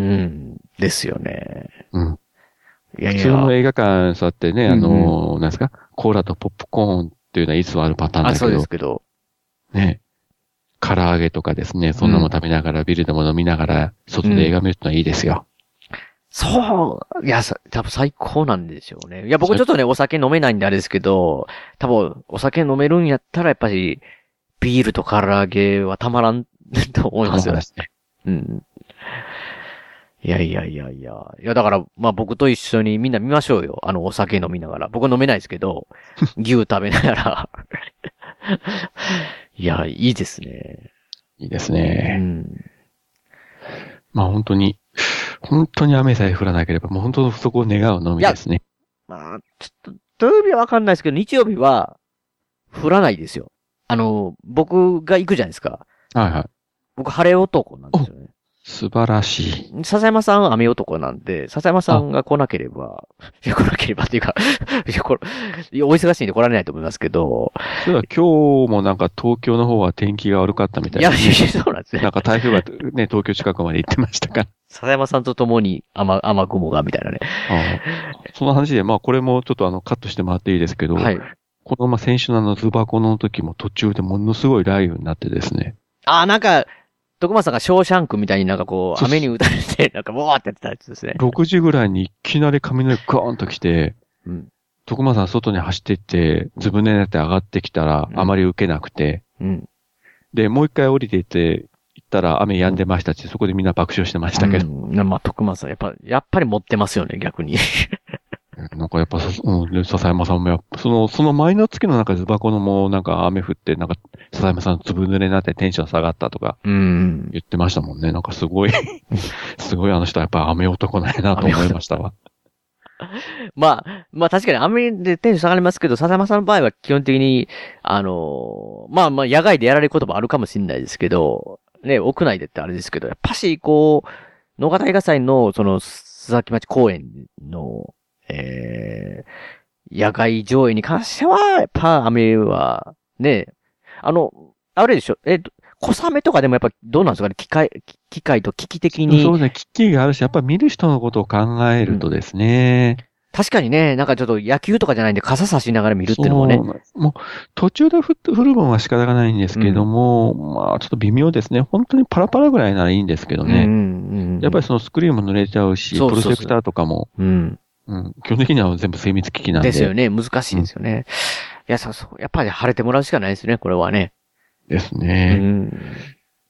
ですよね。 うん。いやいや。普通の映画館座ってね、あの、うんうん、なんですか、コーラとポップコーンっていうのはいつもあるパターンだけど。 あ、そうですけど。 ね。唐揚げとかですね、そんなも食べながら、うん、ビールでも飲みながら、外で映画見るのはいいですよ。 うん、そう。いや、多分最高なんでしょうね。いや、僕ちょっとね、お酒飲めないんであれですけど、多分、お酒飲めるんやったらやっぱり、ビールと唐揚げはたまらんと思いますよね。そうですね。うん。いやいやいやいや。いやだから、まあ僕と一緒にみんな見ましょうよ。あの、お酒飲みながら。僕は飲めないですけど、牛食べながら。いや、いいですね。 いいですね。うん。まあ本当に、本当に雨さえ降らなければ、もう本当そこを願うのみですね。 まあ、ちょっと、土曜日はわかんないですけど、日曜日は降らないですよ。あの、僕が行くじゃないですか。 はいはい。 僕、晴れ男なんですよね。 素晴らしい。 笹山さん雨男なんで、笹山さんが来なければ、いや、来なければっていうか、いや、これ、いや、お忙しいんで来られないと思いますけど。 そうだ、今日もなんか東京の方は天気が悪かったみたいな。 いや、いや、そうなんですね。 なんか台風がね、東京近くまで行ってましたから。 笹山さんと共に雨、雨雲がみたいなね。 ああ、その話で、まあこれもちょっとあの、カットしてもらっていいですけど、はい。このまあ先週のあのズバコの時も途中でものすごい雷雨になってですね。 ああ、なんか、徳間さんがショーシャンクみたいになんかこう、雨に打たれて、なんかボーってやってたやつですね。 ろくじぐらいにいきなり雷ガーンと来て、うん、徳間さん外に走っていって、ずぶ濡れになって上がってきたら、あまり受けなくて、うん、で、もう一回降りていって、行ったら雨止んでましたし、そこでみんな爆笑してましたけど。 うん、まあ、徳間さん、やっぱ、やっぱり持ってますよね、逆に。 なんかやっぱ、うん、笹山さんもやっぱ、その、その前の月の中でズバコのもなんか雨降って、なんか、笹山さんずぶ濡れになってテンション下がったとか、言ってましたもんね。なんかすごい、すごいあの人はやっぱ雨男ないなと思いましたわ。 まあ、まあ確かに雨でテンション下がりますけど、笹山さんの場合は基本的に、あのー、まあまあ野外でやられることもあるかもしれないですけど、ね、屋内でってあれですけど、やっぱしこう、野方映画祭の、その、須崎町公園の、えー、野外上映に関しては、やっぱ雨は、ね、あの、あれでしょ、えっと、小雨とかでもやっぱどうなんですかね、機械、機械と機器的に。 そうね、機器があるし、やっぱ見る人のことを考えるとですね、うん。 確かにね、なんかちょっと野球とかじゃないんで傘差しながら見るっていうのもね。 もう、途中で降る分は仕方がないんですけども、うん、まあちょっと微妙ですね。本当にパラパラぐらいならいいんですけどね。うんうんうん、やっぱりそのスクリーンも濡れちゃうし、そうそうそう、プロジェクターとかも。うんうん。基本的には全部精密機器なんで。 ですよね。難しいんですよね。うん、いや、そうそう。やっぱり晴れてもらうしかないですね、これはね。 ですね。うん。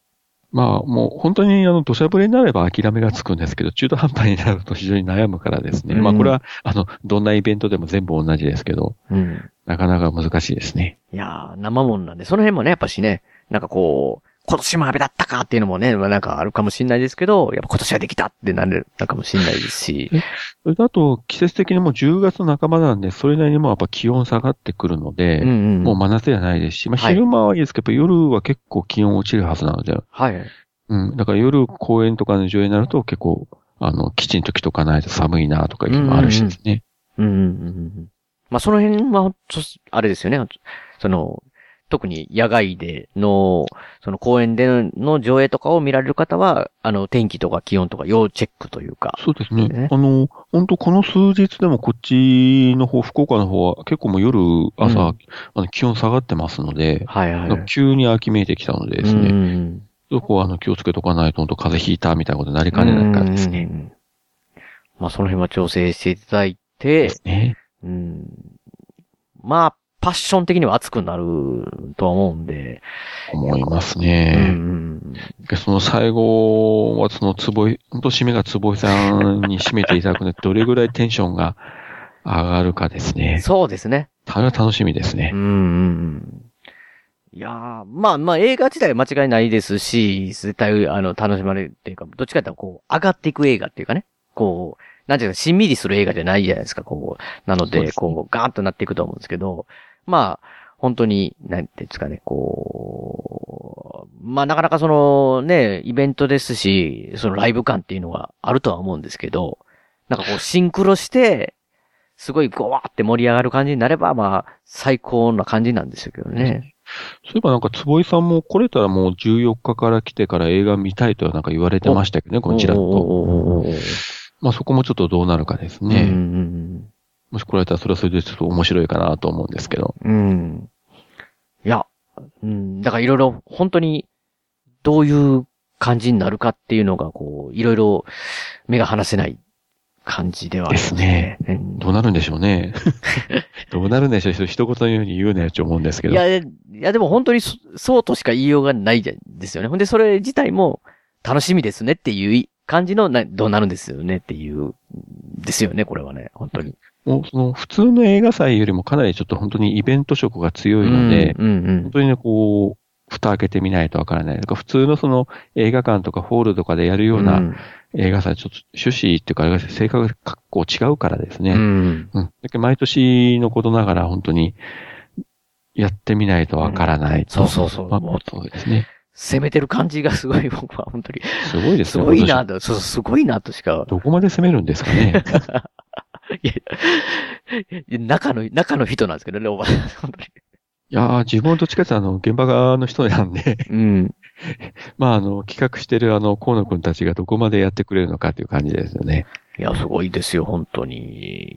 まあ、もう本当にあの、土砂降りになれば諦めがつくんですけど、中途半端になると非常に悩むからですね。うん、まあ、これは、あの、どんなイベントでも全部同じですけど、うん、なかなか難しいですね。 いやー、生もんなんで、その辺もね、やっぱしね、なんかこう、今年も雨だったかっていうのもね、なんかあるかもしれないですけど、やっぱ今年はできたってなるかもしれないですし。 それだと、季節的にもうじゅうがつの半ばなんで、それなりにもやっぱ気温下がってくるので、うんうん、もう真夏ではないですし、まあ昼間はいいですけど、はい、夜は結構気温落ちるはずなので、はい。うん。だから夜公園とかの上映になると結構、あの、きちんと着とかないと寒いなとかいうのもあるしですね。うんうんうん。うんうんうん。 まあその辺は、あれですよね。その、特に野外での、その公園での上映とかを見られる方は、あの、天気とか気温とか要チェックというか。 そうですね。ねあの、本当この数日でもこっちの方、福岡の方は結構もう夜、朝、うん、あの気温下がってますので、はいはい、急に秋めいてきたのでですね、うん、そこはあの気をつけとかないと、本当風邪ひいたみたいなことになりかねないからですね。うん、 まあその辺は調整していただいて、ですね。うん、まあ、パッション的には熱くなるとは思うんで。 思いますね。うん、その最後はそのつぼい、本当締めがつぼいさんに締めていただくので、どれぐらいテンションが上がるかですね。 そうですね。 それは楽しみですね。うん。 いやー、まあまあ映画自体は間違いないですし、絶対あの楽しまれるっていうか、どっちかっていうとこう上がっていく映画っていうかね、こう、なんていうかしんみりする映画じゃないじゃないですか、こう。なので、こうガーンとなっていくと思うんですけど、まあ、本当に、なんていうんですかね、こう、まあなかなかそのね、イベントですし、そのライブ感っていうのはあるとは思うんですけど、なんかこうシンクロして、すごいゴワーって盛り上がる感じになれば、まあ、最高な感じなんですけどね。 そういえばなんか、坪井さんも来れたらもうじゅうよっかから来てから映画見たいとはなんか言われてましたけどね、こちらと。まあそこもちょっとどうなるかですね。うんうん、もし来られたらそれはそれでちょっと面白いかなと思うんですけど。うん。 いや、うん、だからいろいろ本当にどういう感じになるかっていうのがこう、いろいろ目が離せない感じではありますね。 ですね。うん、どうなるんでしょうね。どうなるんでしょう。一言のように言うなよと思うんですけど。 いや、いやでも本当に そ, そうとしか言いようがないですよね。ほんでそれ自体も楽しみですねっていう感じのな、どうなるんですよねっていう、ですよね、これはね、本当に。 もうその普通の映画祭よりもかなりちょっと本当にイベント色が強いので、うんうんうん、本当にね、こう、蓋開けてみないとわからない。なんか普通のその映画館とかホールとかでやるような映画祭、ちょっと趣旨っていうか、性格が結構違うからですね。うん。うん。だけど毎年のことながら本当にやってみないとわからない、うん。 そうそうそう。 まあ、そうですね。 攻めてる感じがすごい、僕は本当に。 すごいですね。 すごいなと、そう、すごいなとしか。 どこまで攻めるんですかね。 いや、中の、中の人なんですけどね、お前。本当に。 いやー、自分はどっちかというと、あの、現場側の人なんで、うん。まあ、あの、企画してるあの、河野くんたちがどこまでやってくれるのかという感じですよね。 いや、すごいですよ、本当に。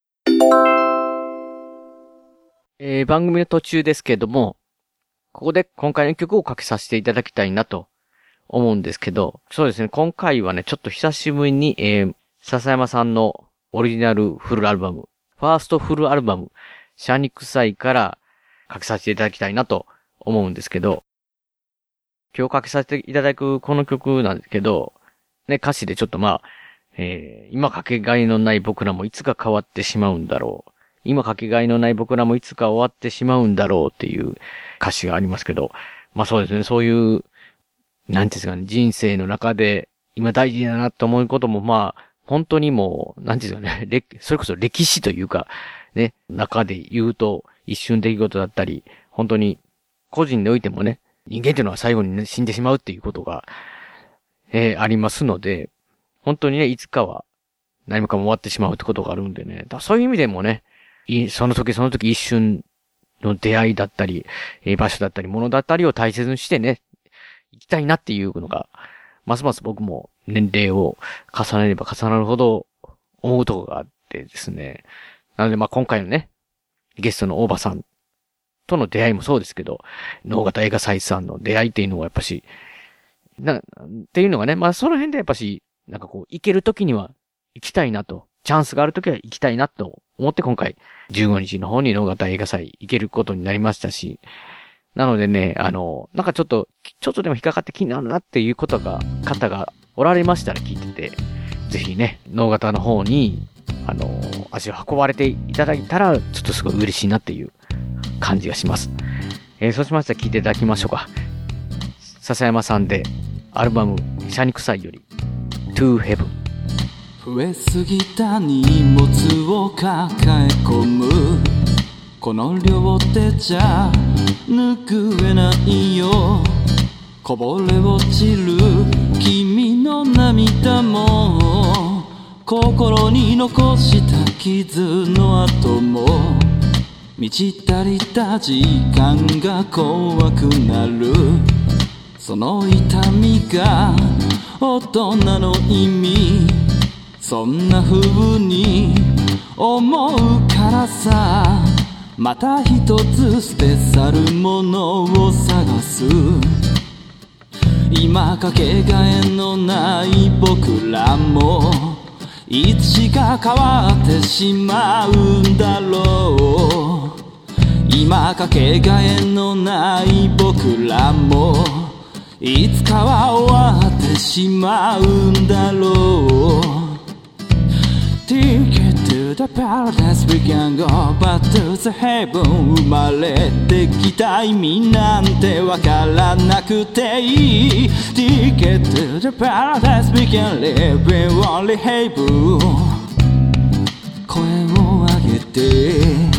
えー、番組の途中ですけども、ここで今回の曲をかけさせていただきたいなと思うんですけど、そうですね、今回はね、ちょっと久しぶりに、えー、笹山さんのオリジナルフルアルバム、ファーストフルアルバム、シャニクサイからかけさせていただきたいなと思うんですけど、今日かけさせていただくこの曲なんですけど、ね、歌詞でちょっとまあ、えー、今かけがえのない僕らもいつか変わってしまうんだろう。今かけがえのない僕らもいつか終わってしまうんだろうっていう歌詞がありますけど、まあそうですね、そういう、なんていうんですかね、人生の中で今大事だなと思うこともまあ、本当にもう、なんていうんですかね、それこそ歴史というか、ね、中で言うと一瞬出来事だったり、本当に個人においてもね、人間っていうのは最後にね、死んでしまうっていうことが、えー、ありますので、本当にね、いつかは何もかも終わってしまうってことがあるんでね、だそういう意味でもね、その時その時一瞬の出会いだったり、えー、場所だったり、物だったりを大切にしてね、行きたいなっていうのが、ますます僕も年齢を重ねれば重なるほど思うところがあってですね。なのでまあ今回のね、ゲストの大場さんとの出会いもそうですけど、能形映画祭さんの出会いっていうのはやっぱし、な、っていうのがね、まあその辺でやっぱし、なんかこう、行ける時には行きたいなと、チャンスがある時は行きたいなと思って今回、じゅうごにちの方に能形映画祭行けることになりましたし、 なのでね、あの、なんかちょっと、ちょっとでも引っかかって気になるなっていうことが、方がおられましたら聞いてて、ぜひね、脳型の方に、あの、足を運ばれていただいたら、ちょっとすごい嬉しいなっていう感じがします。えー、そうしましたら聞いていただきましょうか。笹山さんで、アルバム、シャニクサイより、To Heaven。 増えすぎた荷物を抱え込むこの両手じゃ拭えないよこぼれ落ちる君の涙も心に残した傷の跡も満ち足りた時間が怖くなるその痛みが大人の意味そんな風に思うからさまた一つ捨て去るものを探す今かけがえのない僕らもいつしか変わってしまうんだろう今かけがえのない僕らもいつかは終わってしまうんだろうTicket to the paradise we can go But to the heaven 生まれてきた意味なんてわからなくていい Ticket to the paradise we can live in only heaven 声を上げて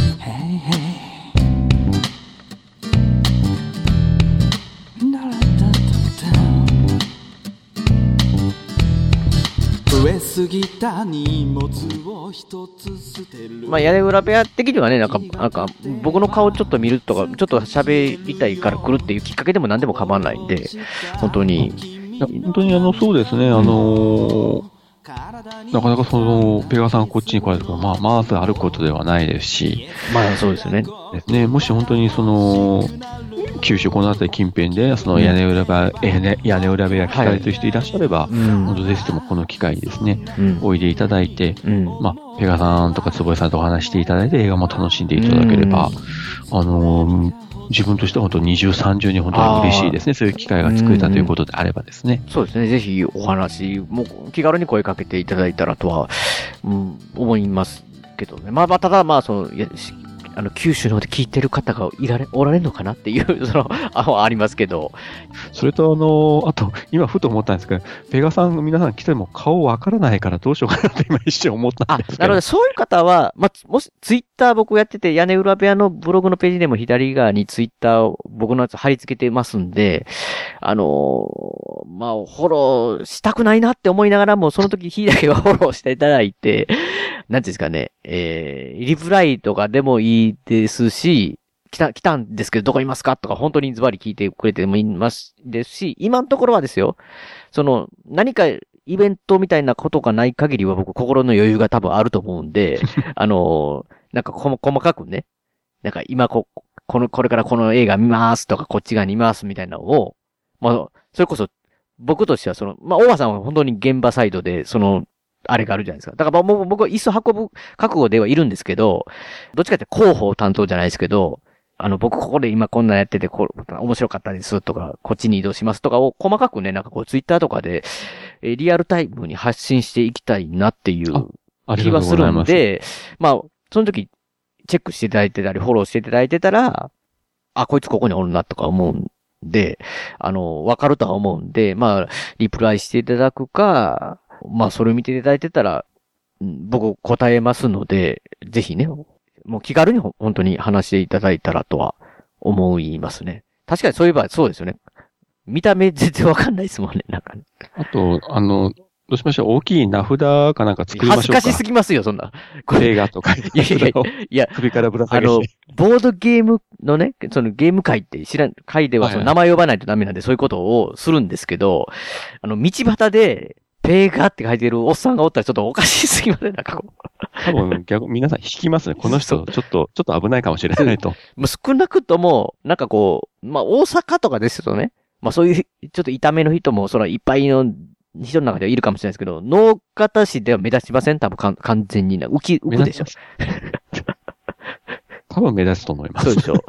まあ、屋根裏部屋的にはね、なんか、なんか、僕の顔ちょっと見るとか、ちょっと喋りたいから来るっていうきっかけでも何でも構わないんで、本当に。 本当にあの、そうですね、あのー、なかなかその、ペガさんこっちに来られると、まあ、まずあることではないですし。 まあ、そうですよね。 ですね、もし本当にその、九州この辺り近辺で、その屋根裏部屋、うん、屋根裏部屋聞かれてる人いらっしゃれば、はい、本当ぜひともこの機会にですね、うん、おいでいただいて、うん、まあ、ペガさんとか坪井さんとお話していただいて映画も楽しんでいただければ、うん、あのー、自分としては本当二重三重に本当に嬉しいですね。そういう機会が作れたということであればですね。 そうですね。ぜひお話、もう気軽に声かけていただいたらとは、うん、思いますけどね。まあ、まあ、ただまあ、その、いやあの、九州の方で聞いてる方がいられ、おられるのかなっていう、その、あ、ありますけど。 それとあの、あと、今ふと思ったんですけど、ペガさん、皆さん来ても顔わからないからどうしようかなって今一瞬思ったんですけど。 あ、なので、そういう方は、まあ、もし、ツイッター僕やってて、屋根裏部屋のブログのページでも左側にツイッターを僕のやつ貼り付けてますんで、あのー、まあ、フォローしたくないなって思いながらも、その時日だけはフォローしていただいて、なんていうんですかね、えー、リプライとかでもいいですし、来た、来たんですけどどこいますかとか本当にズバリ聞いてくれてもいますですし、今のところはですよ、その、何かイベントみたいなことがない限りは僕心の余裕が多分あると思うんで、あの、なんかこ細かくね、なんか今こ、この、これからこの映画見ますとかこっち側に見ますみたいなのを、まあ、それこそ僕としてはその、まあ、大和さんは本当に現場サイドで、その、あれがあるじゃないですか。だからもう僕は椅子運ぶ覚悟ではいるんですけど、どっちかって広報担当じゃないですけど、あの僕ここで今こんなんやっててこう面白かったですとか、こっちに移動しますとかを細かくね、なんかこうツイッターとかでえリアルタイムに発信していきたいなっていう気がするんで、まあその時チェックしていただいてたりフォローしていただいてたら、あ、こいつここにおるなとか思うんで、あのわかるとは思うんで、まあリプライしていただくか。まあ、それを見ていただいてたら、僕答えますので、ぜひね、もう気軽に本当に話していただいたらとは思いますね。確かにそういえばそうですよね。見た目全然わかんないですもんね、なんかね。 あと、あの、どうしましょう、大きい名札かなんか作りましょうか。恥ずかしすぎますよ、そんな。 映画とか。いやいやいや、いや、 首からぶら下げて。 あの、ボードゲームのね、そのゲーム会って知らん、会ではその名前呼ばないとダメなんで、そういうことをするんですけど、あの、道端で、ペーガーって書いてるおっさんがおったらちょっとおかしすぎませんなんかこう。 多分逆、皆さん引きますね。この人、ちょっと、ちょっと危ないかもしれないと。 もう少なくとも、なんかこう、まあ大阪とかですよね。まあそういう、ちょっと痛めの人も、そらいっぱいの人の中ではいるかもしれないですけど、農方市では目立ちません多分かん完全にな。浮き、浮くでしょ。 多分目立つと思います。 そうでしょ。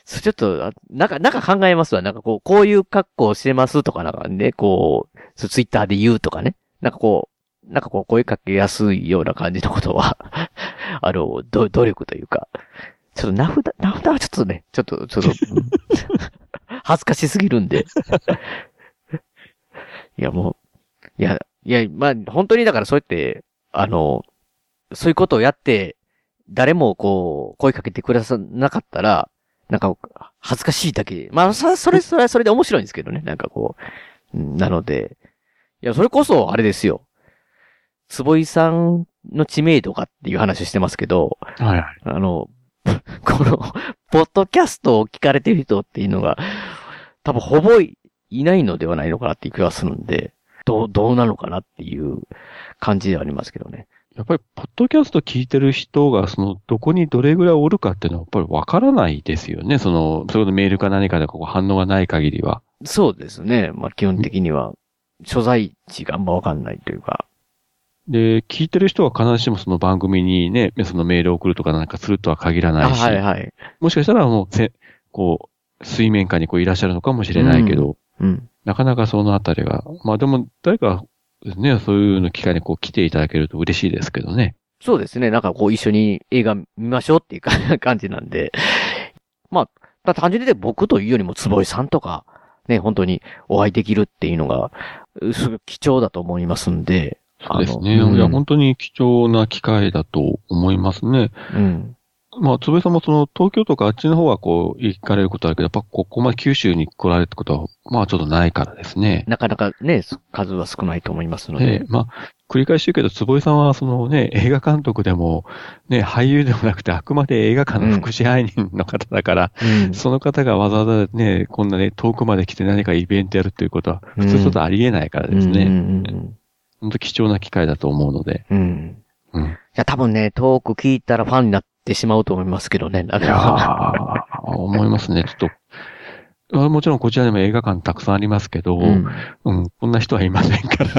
ちょっと、なんか、なんか考えますわ。なんかこう、こういう格好してますとかなんかね、こう、ツイッターで言うとかね。なんかこう、なんかこう、声かけやすいような感じのことは、あの、ど、努力というか、ちょっと名札、名札はちょっとね、ちょっと、ちょっと、恥ずかしすぎるんで。いや、もう、いや、いや、まあ、本当にだからそうやって、あの、そういうことをやって、誰もこう、声かけてくださなかったら、なんか、恥ずかしいだけ。まあ、それ、それはそれで面白いんですけどね。なんかこう。なので、いや、それこそ、あれですよ。坪井さんの知名度がっていう話してますけど、 はいはい。 あの、この、ポッドキャストを聞かれてる人っていうのが、多分ほぼいないのではないのかなっていう気がするんで、どう、どうなのかなっていう感じではありますけどね。 やっぱり、ポッドキャスト聞いてる人が、その、どこにどれぐらいおるかっていうのは、やっぱりわからないですよね。その、それこそメールか何かでここ反応がない限りは。 そうですね。まあ、基本的には、所在地があんまわかんないというか。 で、聞いてる人は必ずしもその番組にね、そのメールを送るとかなんかするとは限らないし。 はいはい。 もしかしたらもう、せ、こう、水面下にこういらっしゃるのかもしれないけど、 うん。うん、 なかなかそのあたりが、まあでも、誰かですね、そういうの機会にこう来ていただけると嬉しいですけどね。 そうですね。なんかこう一緒に映画見ましょうっていう感じなんで。まあ、単純にで僕というよりも坪井さんとか、ね、本当にお会いできるっていうのが、すごい貴重だと思いますんで。 そうですね。うん、いや、本当に貴重な機会だと思いますね。 うん。 まあ、坪井さんもその東京とかあっちの方はこう行かれることあるけど、やっぱここまで九州に来られるってことは、まあちょっとないからですね。 なかなかね、数は少ないと思いますので。 ええ、まあ、繰り返し言うけど、坪井さんはそのね、映画監督でも、ね、俳優でもなくて、あくまで映画館の副支配人の方だから、うん、その方がわざわざね、こんなね、遠くまで来て何かイベントやるっていうことは、普通ちょっとありえないからですね。うん、本当貴重な機会だと思うので。 うん。うん。じゃあ多分ね、トーク聞いたらファンになってしまうと思いますけどね。なんかいや思いますね。ちょっと、もちろんこちらでも映画館たくさんありますけど、うん、うん、こんな人はいませんから。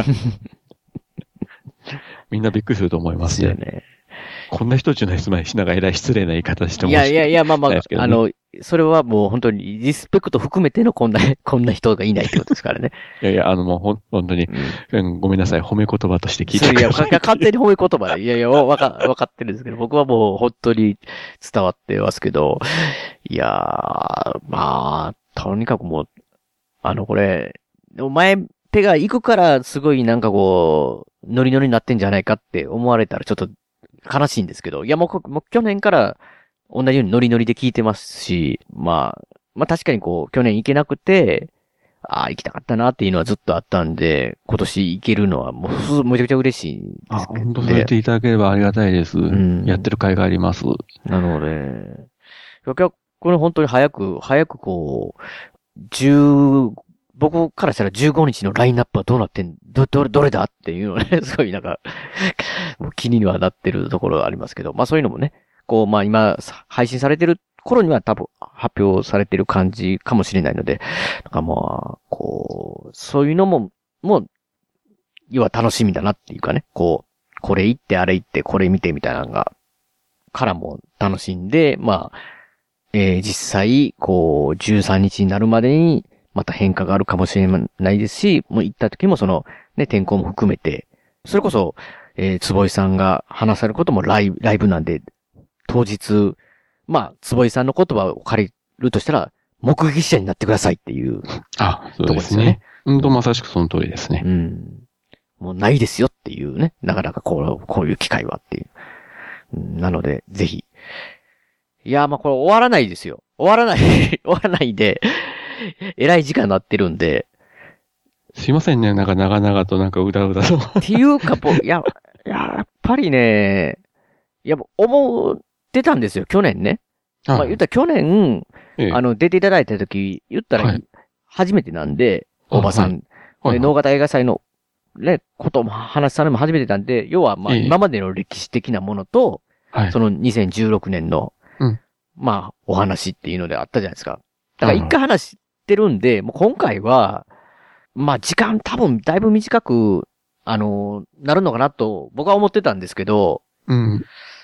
みんなびっくりすると思いますね。ですよね。こんな人じゃないですまいしながらえらい失礼な言い方しても、 ね。いやいやいや、まあまあ、あの、それはもう本当にリスペクト含めてのこんな、こんな人がいないってことですからね。 いやいや、あのもうほん本当に、うん、ごめんなさい、褒め言葉として聞いてください。 いや、勝手に褒め言葉で。いやいや、わか、わかってるんですけど、僕はもう本当に伝わってますけど、いやー、まあ、とにかくもう、あの、これ、お前、手が行くからすごいなんかこう、ノリノリになってんじゃないかって思われたらちょっと悲しいんですけど、いやもう、もう去年から同じようにノリノリで聞いてますし、まあ、まあ確かにこう、去年行けなくて、ああ、行きたかったなっていうのはずっとあったんで、今年行けるのはもう、めちゃくちゃ嬉しいですけど、ね。あ、 本当そう言っていただければありがたいです。うん、やってる甲斐があります。 なので、これ本当に早く、早くこう、じゅう、僕からしたらじゅうごにちのラインナップはどうなってん、ど、どれ、どれだっていうのね、すごいなんか、気にはなってるところがありますけど、まあそういうのもね、こう、まあ今、配信されてる頃には多分発表されてる感じかもしれないので、なんかまあ、こう、そういうのも、もう、要は楽しみだなっていうかね、こう、これ行ってあれ行ってこれ見てみたいなのが、からも楽しんで、まあ、えー、実際、こう、じゅうさんにちになるまでに、また変化があるかもしれないですし、もう行った時もその、ね、天候も含めて、それこそ、えー、坪井さんが話されることもライブ、ライブなんで、当日、まあ、坪井さんの言葉を借りるとしたら、目撃者になってくださいっていう。 あ、そうですね。うんと、まさしくその通りですね。 うん。もうないですよっていうね。なかなかこう、こういう機会はっていう。なので、ぜひ。いや、まあこれ終わらないですよ。終わらない、終わらないで、えらい時間になってるんで。 すいませんね、なんか長々となんかうだうだと。 っていうか、いや、やっぱりね、いや、思ってたんですよ、去年ね。はい、まあ言ったら去年、ええ、あの、出ていただいた時、言ったら、初めてなんで、おばさん。はい、脳型映画祭の、ね、ことも話されるのも初めてなんで、要は、まあ、今までの歴史的なものと、はい、そのにせんじゅうろくねんの、うん、まあ、お話っていうのであったじゃないですか。だから一回話してるんで、もう今回は、まあ時間多分だいぶ短く、あの、なるのかなと僕は思ってたんですけど、 うん。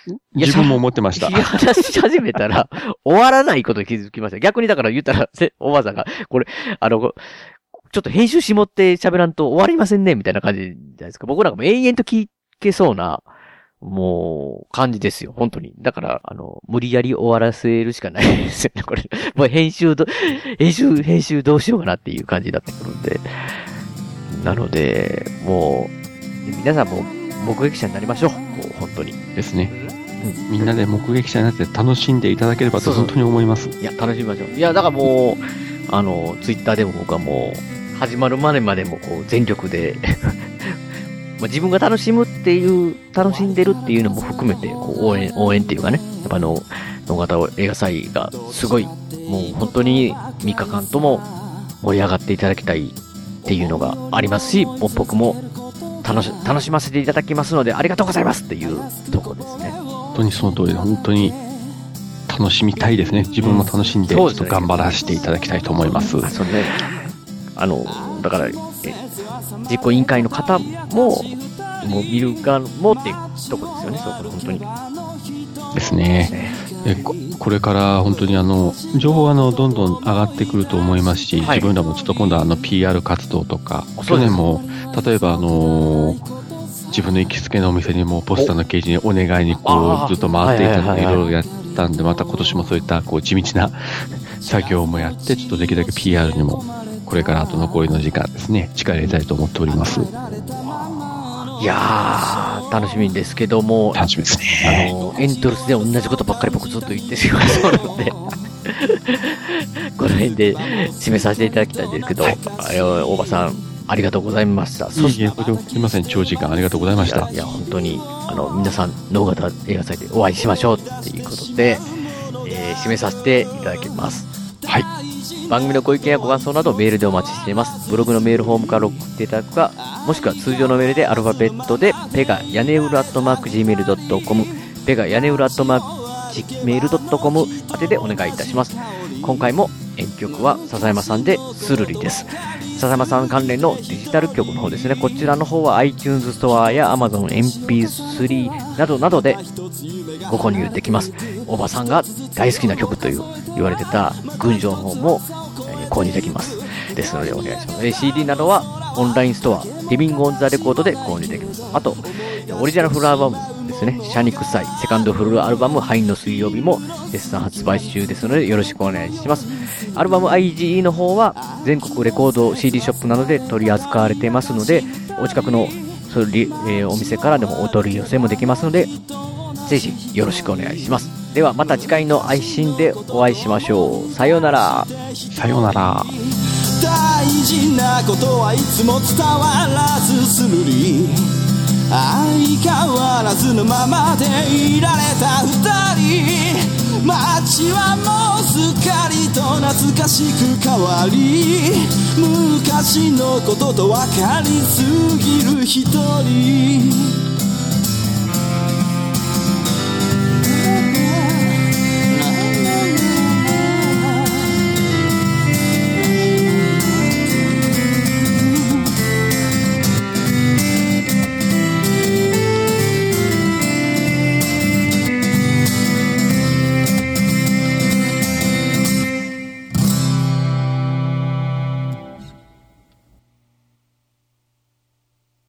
自分も思ってました。 話し始めたら、終わらないことに気づきました。逆にだから言ったら、おばあさんが、これ、あの、ちょっと編集しもって喋らんと終わりませんね、みたいな感じじゃないですか。僕なんかも永遠と聞けそうな、もう、感じですよ、本当に。だから、あの、無理やり終わらせるしかないですよね、これ。もう編集ど、編集、編集どうしようかなっていう感じになってくるんで。なので、もう、皆さんも目撃者になりましょう。もう本当に。 ですね。うん、みんなで目撃者になって楽しんでいただければと本当に思います。 いや、楽しみましょう。いや、だからもう、あの、ツイッターでも僕はもう、始まるまでまでもこう全力で、自分が楽しむっていう、楽しんでるっていうのも含めて、こう応援、応援っていうかね、やっぱあの、野方映画祭がすごい、もう本当にみっかかんとも盛り上がっていただきたいっていうのがありますし、もう僕も楽し、楽しませていただきますので、ありがとうございますっていうところですね。 本当にその通りで、本当に楽しみたいですね。自分も楽しんで、ちょっと頑張らせていただきたいと思います。 うん、そうね。あの、だから、実行委員会の方も、もう見る側もっていうとこですよね、そう、これ本当に。 ですね。えこ、これから本当にあの、情報はあの、どんどん上がってくると思いますし、はい、自分らもちょっと今度はあの、ピーアール 活動とか、去年も、例えばあのー、自分の行きつけのお店にもポスターの掲示にお願いにこう、ずっと回っていたので、いろいろやったんで、また今年もそういったこう、地道な作業もやって、ちょっとできるだけ ピーアール にも、これからあと残りの時間ですね、力入れたいと思っております。 いやー、楽しみですけども、 楽しみですね。 あの、エントルスで同じことばっかり僕ずっと言ってしまいそうなので、この辺で締めさせていただきたいんですけど、はい、大場さん、ありがとうございました。 そして、すみません、長時間ありがとうございました。 いや、いや本当に、あの、皆さん、能形映画祭でお会いしましょうっていうことで、えー、締めさせていただきます。 はい。 番組のご意見やご感想などメールでお待ちしています。ブログのメールフォームから送っていただくか、もしくは通常のメールでアルファベットでペガ屋根裏アットマーク ジーメールドットコム ペガ屋根裏アットマーク ジーメールドットコム 宛てでお願いいたします。今回も演曲は笹山さんでスルリです。笹山さん関連のデジタル曲の方ですね。こちらの方は iTunes ストアや Amazon エムピースリー などなどでご購入できます。おばさんが大好きな曲という言われてた群青の方も、えー、購入できます。ですのでお願いします。シーディー などはオンラインストア、リビングオンザレコードで購入できます。あと、オリジナルフルアルバムですね。シャニクサイ、セカンドフルアルバム、ハイの水曜日も絶賛発売中ですのでよろしくお願いします。アルバム アイジーイー の方は全国レコード シーディー ショップなどで取り扱われていますので、お近くのそれ、えー、お店からでもお取り寄せもできますので、ぜひよろしくお願いします。ではまた次回の配信でお会いしましょう。さようなら。 さようなら。 大事なことはいつも伝わらずするり、相変わらずのままでいられた二人。街はもうすっかりと懐かしく変わり、昔のことと分かりすぎる一人。